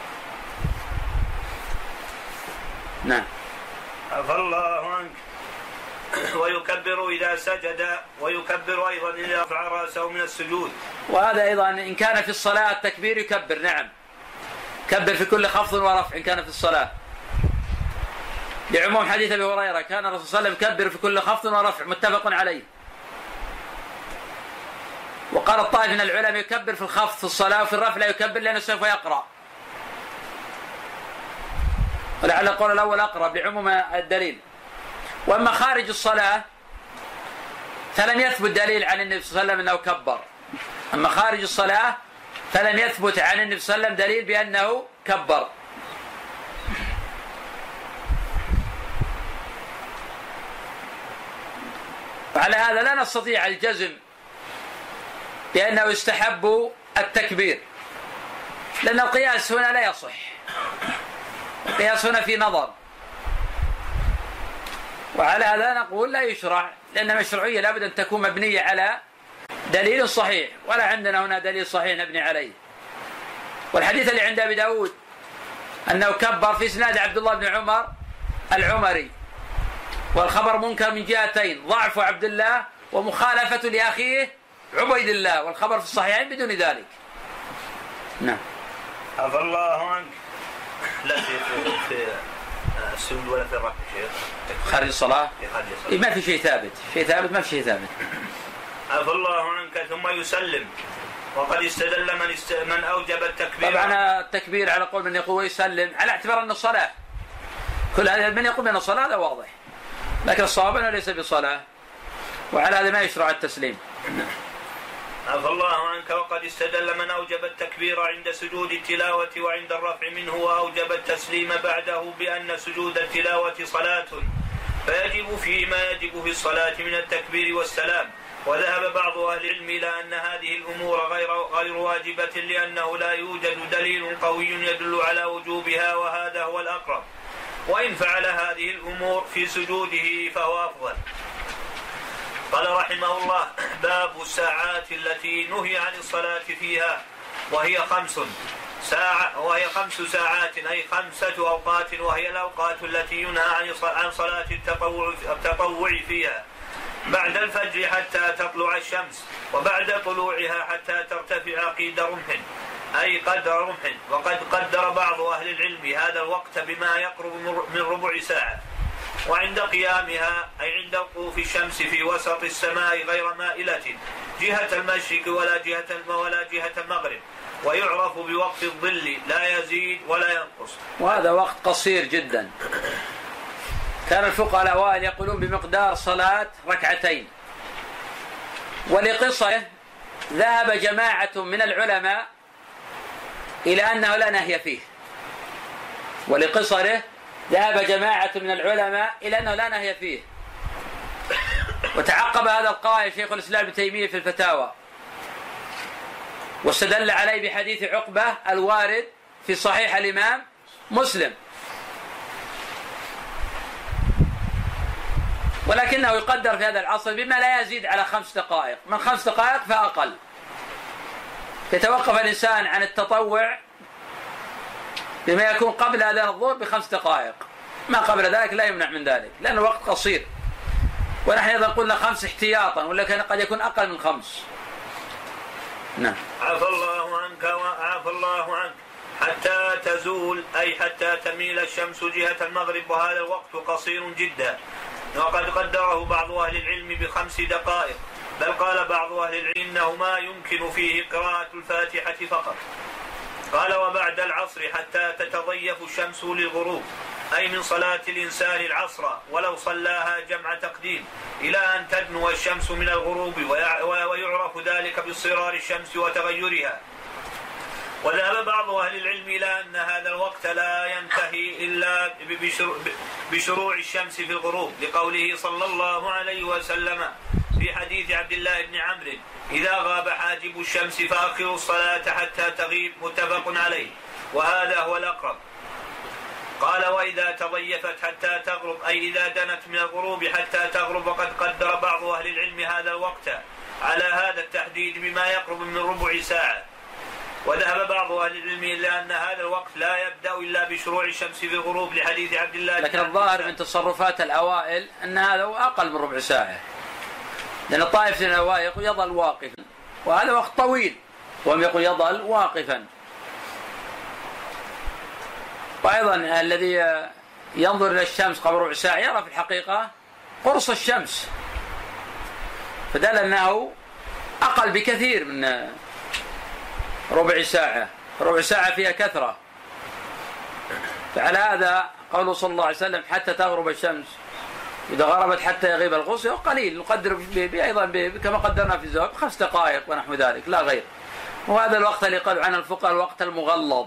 نعم. عفى الله عنك. ويكبر إذا سجد، ويكبر أيضا إذا رفع رأسه من السجود. وهذا أيضا إن كان في الصلاة التكبير يكبر، نعم، كبر في كل خفض ورفع إن كان في الصلاة، لعموم حديث أبي هريرة كان الرسول صلى الله عليه وسلم يكبر في كل خفض ورفع، متفق عليه. وقال الطائف من العلماء يكبر في الخفض في الصلاة وفي الرفع لا يكبر لأنه سوف يقرأ، ولعل القول الأول أقرب لعموم الدليل. وأما خارج الصلاة فلم يثبت دليل عن النبي صلى الله عليه وسلم أنه كبر. أما خارج الصلاة فلم يثبت عن النبي صلى الله عليه وسلم دليل بأنه كبر. وعلى هذا لا نستطيع الجزم بأنه يستحب التكبير، لأن القياس هنا لا يصح، القياس هنا في نظر. وعلى هذا نقول لا يشرع، لأن المشروعية لابد أن تكون مبنية على دليل صحيح، ولا عندنا هنا دليل صحيح نبني عليه. والحديث اللي عند أبي داود أنه كبر في إسناد عبد الله بن عمر العمري، والخبر منكر من جهتين: ضعف عبد الله ومخالفة لأخيه عبيد الله، والخبر في الصحيحين بدون ذلك. نعم. عفى الله عنك. لا في السجود ولا في الركع شيء خارج الصلاة ما في شيء ثابت، ما في شيء ثابت. عفى الله عنك. ثم يسلم، وقد استدل من أوجب التكبير. طبعا التكبير على قول من يقول يسلم على اعتبار أن الصلاة، كل هذا من يقول من الصلاة هذا واضح، لكن الصواب أنه ليس بصلاة، وعلى هذا ما يشرع التسليم. عفى الله عنك. وقد استدل من أوجب التكبير عند سجود التلاوة وعند الرفع منه وأوجب التسليم بعده بأن سجود التلاوة صلاة، فيجب فيه ما يجب في الصلاة من التكبير والسلام. وذهب بعض أهل العلم إلى أن هذه الأمور غير واجبة، لأنه لا يوجد دليل قوي يدل على وجوبها، وهذا هو الأقرب. وإن فعل هذه الأمور في سجوده فهو أفضل. قال رحمه الله: باب الساعات التي نهي عن الصلاة فيها، وهي 5 ساعات، أي 5 أوقات، وهي الأوقات التي ينهى عن صلاة التطوع فيها: بعد الفجر حتى تطلع الشمس، وبعد طلوعها حتى ترتفع قيد رمح، أي قدر رمح. وقد قدر بعض أهل العلم هذا الوقت بما يقرب من ربع ساعة. وعند قيامها أي عند وقوف الشمس في وسط السماء غير مائلة جهة المشرق ولا جهة المغرب، ويعرف بوقت الظل لا يزيد ولا ينقص. وهذا وقت قصير جدا. كان الفقهاء الأوائل يقولون بمقدار صلاة 2 ولقصه ذهب جماعة من العلماء إلى أنه لا نهي فيه، ولقصره ذهب جماعة من العلماء إلى أنه لا نهي فيه. وتعقب هذا القائل شيخ الإسلام ابن تيمية في الفتاوى، واستدل عليه بحديث عقبة الوارد في صحيح الإمام مسلم، ولكنه يقدر في هذا العصر بما لا يزيد على 5 دقائق، من 5 دقائق فأقل. يتوقف الإنسان عن التطوع بما يكون قبل أذان الظهر ب5 دقائق، ما قبل ذلك لا يمنع من ذلك، لأن الوقت قصير. ونحن أيضا قلنا 5 احتياطا، ولكن قد يكون أقل من 5. نعم. عفى الله عنك. حتى تزول، أي حتى تميل الشمس جهة المغرب، وهذا الوقت قصير جدا. وقد قدره بعض أهل العلم ب5 دقائق، بل قال بعض أهل العلم إنه ما يمكن فيه قراءة الفاتحة فقط. قال: وبعد العصر حتى تتضيف الشمس للغروب، أي من صلاة الإنسان العصر ولو صلاها جمع تقديم، إلى أن تدنو الشمس من الغروب، ويعرف ذلك باصفرار الشمس وتغيرها. وذهب بعض أهل العلم إلى أن هذا الوقت لا ينتهي إلا بشروع الشمس في الغروب، لقوله صلى الله عليه وسلم في حديث عبد الله بن عمرو: إذا غاب حاجب الشمس فأخروا الصلاة حتى تغيب، متفق عليه، وهذا هو الأقرب. قال: وإذا تضيفت حتى تغرب، أي إذا دنت من الغروب حتى تغرب. وقد قدر بعض أهل العلم هذا الوقت على هذا التحديد بما يقرب من ربع ساعة. وذهب بعض أهل العلم إلى أن هذا الوقت لا يبدأ إلا بشروع الشمس في الغروب لحديث عبد الله. لكن الظاهر من تصرفات الأوائل أن هذا هو أقل من ربع ساعة، لأن الطائفة الأوائل يقول يظل واقفا، وهذا وقت طويل، وهم يقول يظل واقفا. وأيضا الذي ينظر إلى الشمس قبل ربع ساعة يرى في الحقيقة قرص الشمس، فدل أنه أقل بكثير من ربع ساعة. ربع ساعة فيها كثرة. فعلى هذا قوله صلى الله عليه وسلم حتى تغرب الشمس، إذا غربت حتى يغيب الغصن قليل، نقدر أيضا كما قدرنا في الزواج 5 دقائق ونحو ذلك لا غير. وهذا الوقت اللي قالوا عنه الفقهاء الوقت المغلظ،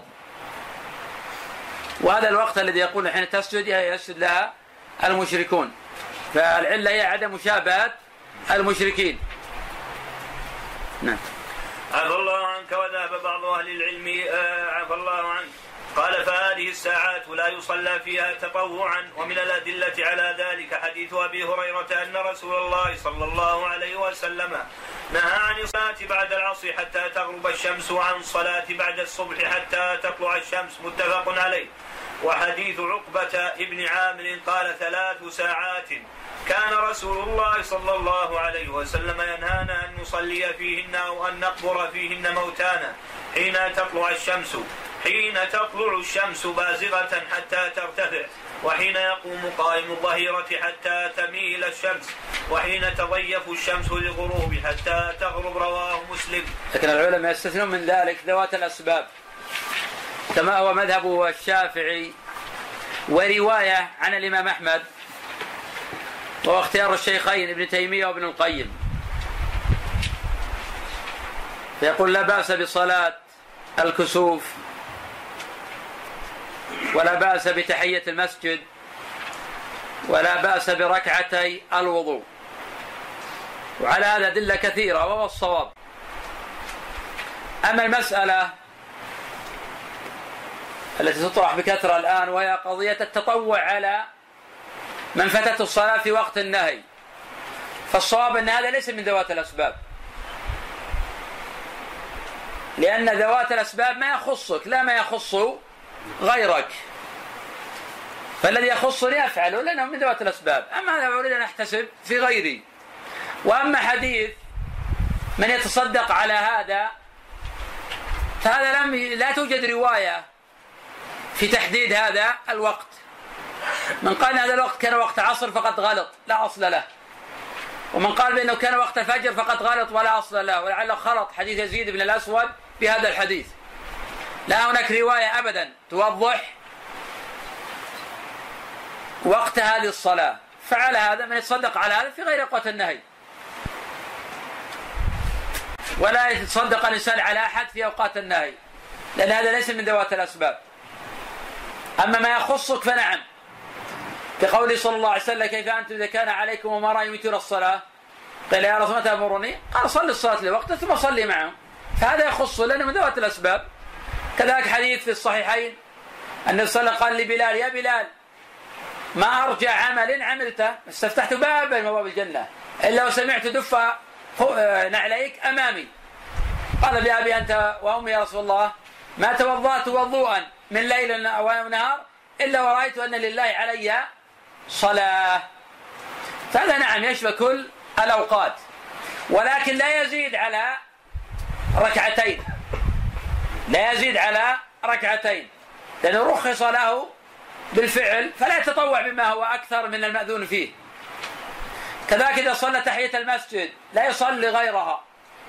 وهذا الوقت الذي يقول حين تسجد يسجد لها المشركون، فالعلة هي عدم مشابهة المشركين. نعم. عفى الله عنك. وذهب بعض أهل العلم عفى الله عنك قال فهذه الساعات لا يصلى فيها تطوعا. ومن الأدلة على ذلك حديث أبي هريرة أن رسول الله صلى الله عليه وسلم نهى عن الصلاة بعد العصر حتى تغرب الشمس، وعن الصلاة بعد الصبح حتى تطلع الشمس، متفق عليه. وحديث عقبة ابن عامر قال 3 ساعات كان رسول الله صلى الله عليه وسلم ينهانا أن نصلي فيهن أو أن نقبر فيهن موتانا حين تطلع الشمس بازغة حتى ترتفع، وحين يقوم قائم الظهيرة حتى تميل الشمس، وحين تضيف الشمس للغروب حتى تغرب. رواه مسلم. لكن العلماء يستثنون من ذلك ذوات الأسباب، كما هو مذهب الشافعي ورواية عن الإمام أحمد، وهو اختيار الشيخين ابن تيمية وابن القيم. فيقول لا بأس بصلاة الكسوف، ولا بأس بتحية المسجد، ولا بأس بركعتي الوضوء. وعلى هذا أدلة كثيرة وهو الصواب. أما المسألة التي تطرح بكثرة الآن وهي قضية التطوع على من فاتته الصلاة في وقت النهي، فالصواب أن هذا ليس من ذوات الأسباب، لأن ذوات الأسباب ما يخصك لا ما يخص غيرك، فالذي يخصني أفعله لأنه من ذوات الأسباب. أما هذا أريد أن أحتسب في غيري. وأما حديث من يتصدق على هذا فهذا لا توجد رواية في تحديد هذا الوقت. من قال هذا الوقت كان وقت عصر فقد غلط لا أصل له، ومن قال بأنه كان وقت الفجر فقد غلط ولا أصل له، ولعله خلط حديث يزيد بن الأسود بهذا الحديث. لا هناك رواية أبدا توضح وقت هذه الصلاة. فعلى هذا من يتصدق على هذا في غير وقت النهي، ولا يتصدق الإنسان على أحد في أوقات النهي، لأن هذا ليس من ذوات الأسباب. أما ما يخصك فنعم، كقوله صلى الله عليه وسلم كيف أنتم إذا كان عليكم أمراء يميتون الصلاة؟ قال يا رسول الله تأمرني؟ قال صلي الصلاة لوقتها ثم صلي معهم. فهذا يخصه لأنه من ذوات الأسباب. كذلك حديث في الصحيحين النبي صلى الله عليه وسلم قال لبلال يا بلال ما أرجع عمل عملته استفتحت بابا من أبواب الجنة إلا وسمعت دف نعليك أمامي. قال بأبي أنت وأمي يا رسول الله ما توضأت وضوءا من ليل أو نهار إلا ورأيت أن لله علي صلاة. فهذا نعم يشبه كل الأوقات، ولكن لا يزيد على ركعتين، لا يزيد على ركعتين، لأنه رخص له بالفعل فلا يتطوع بما هو أكثر من المأذون فيه. كذلك إذا صلى تحية المسجد لا يصلي غيرها.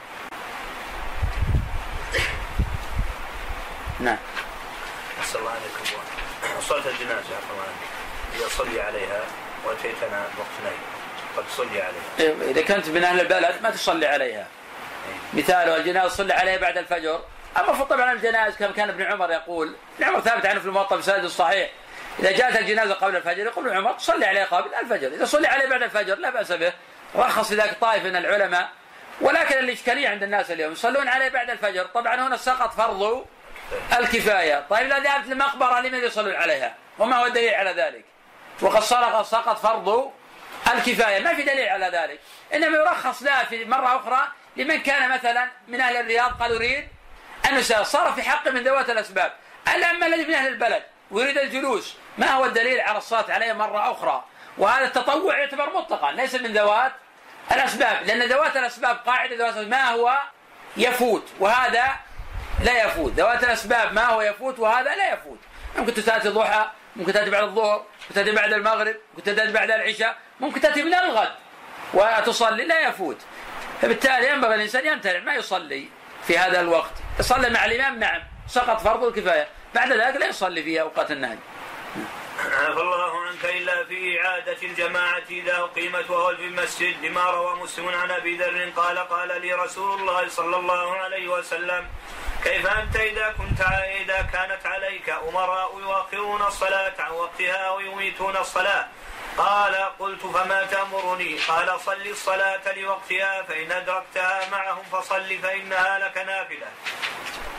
نعم. أسأل الله عليكم. صلاة الجنازة إذا صلي عليها وأتيتنا وقت نهي قد صلي عليها. إذا كنت من أهل البلد ما تصلي عليها. مثال الجنازة صلي عليها بعد الفجر. أما طبعا الجنائز كما كان ابن عمر يقول، ابن عمر ثابت عنه في الموطأ بسند الصحيح إذا جاءت الجنازة قبل الفجر يقول ابن عمر صلي عليها قبل الفجر، إذا صلي عليها بعد الفجر لا بأس به. رخص لذلك طائفة من العلماء. ولكن الإشكالية عند الناس اليوم يصلون عليه بعد الفجر، طبعا هنا سقط فرض الكفاية. طيب إذا ذهبت للمقبرة لماذا يصلون عليها؟ وما هو الدليل على ذلك؟ وقد سقط فرض الكفاية، ما في دليل على ذلك. إنما يرخص لها في مرة أخرى لمن كان مثلا من أهل الرياض قال يريد النساء صار في حق من ذوات الأسباب. أما الذي من أهل البلد ويريد الجلوس، ما هو الدليل على الصلاة عليه مرة أخرى؟ وهذا التطوع يعتبر مطلقا ليس من ذوات الأسباب، لأن ذوات الأسباب قاعدة ذوات الأسباب ما هو يفوت وهذا لا يفوت. ذوات الأسباب ما هو يفوت وهذا لا يفوت. ممكن تأتي الضحى، ممكن تأتي بعد الظهر، ممكن تأتي بعد المغرب، ممكن تأتي بعد العشاء، ممكن تأتي من الغد وتصلي لا يفوت. فبالتالي ينبغي الإنسان يمتنع ما يصلي في هذا الوقت. يصلي مع الإمام نعم، سقط فرض الكفاية، بعد ذلك لا يصلي في أوقات النهي. عفى الله عنك إلا في إعادة الجماعة إذا أقيمت وهو في المسجد، لما روى مسلم عن أبي ذر قال لي رسول الله صلى الله عليه وسلم: كيف أنت إذا كانت عليك أمراء يؤخرون الصلاة عن وقتها ويميتون الصلاة؟ قلت: فما تأمرني؟ قال: صل الصلاة لوقتها، فإن أدركتها معهم فصل فإنها لك نافلة.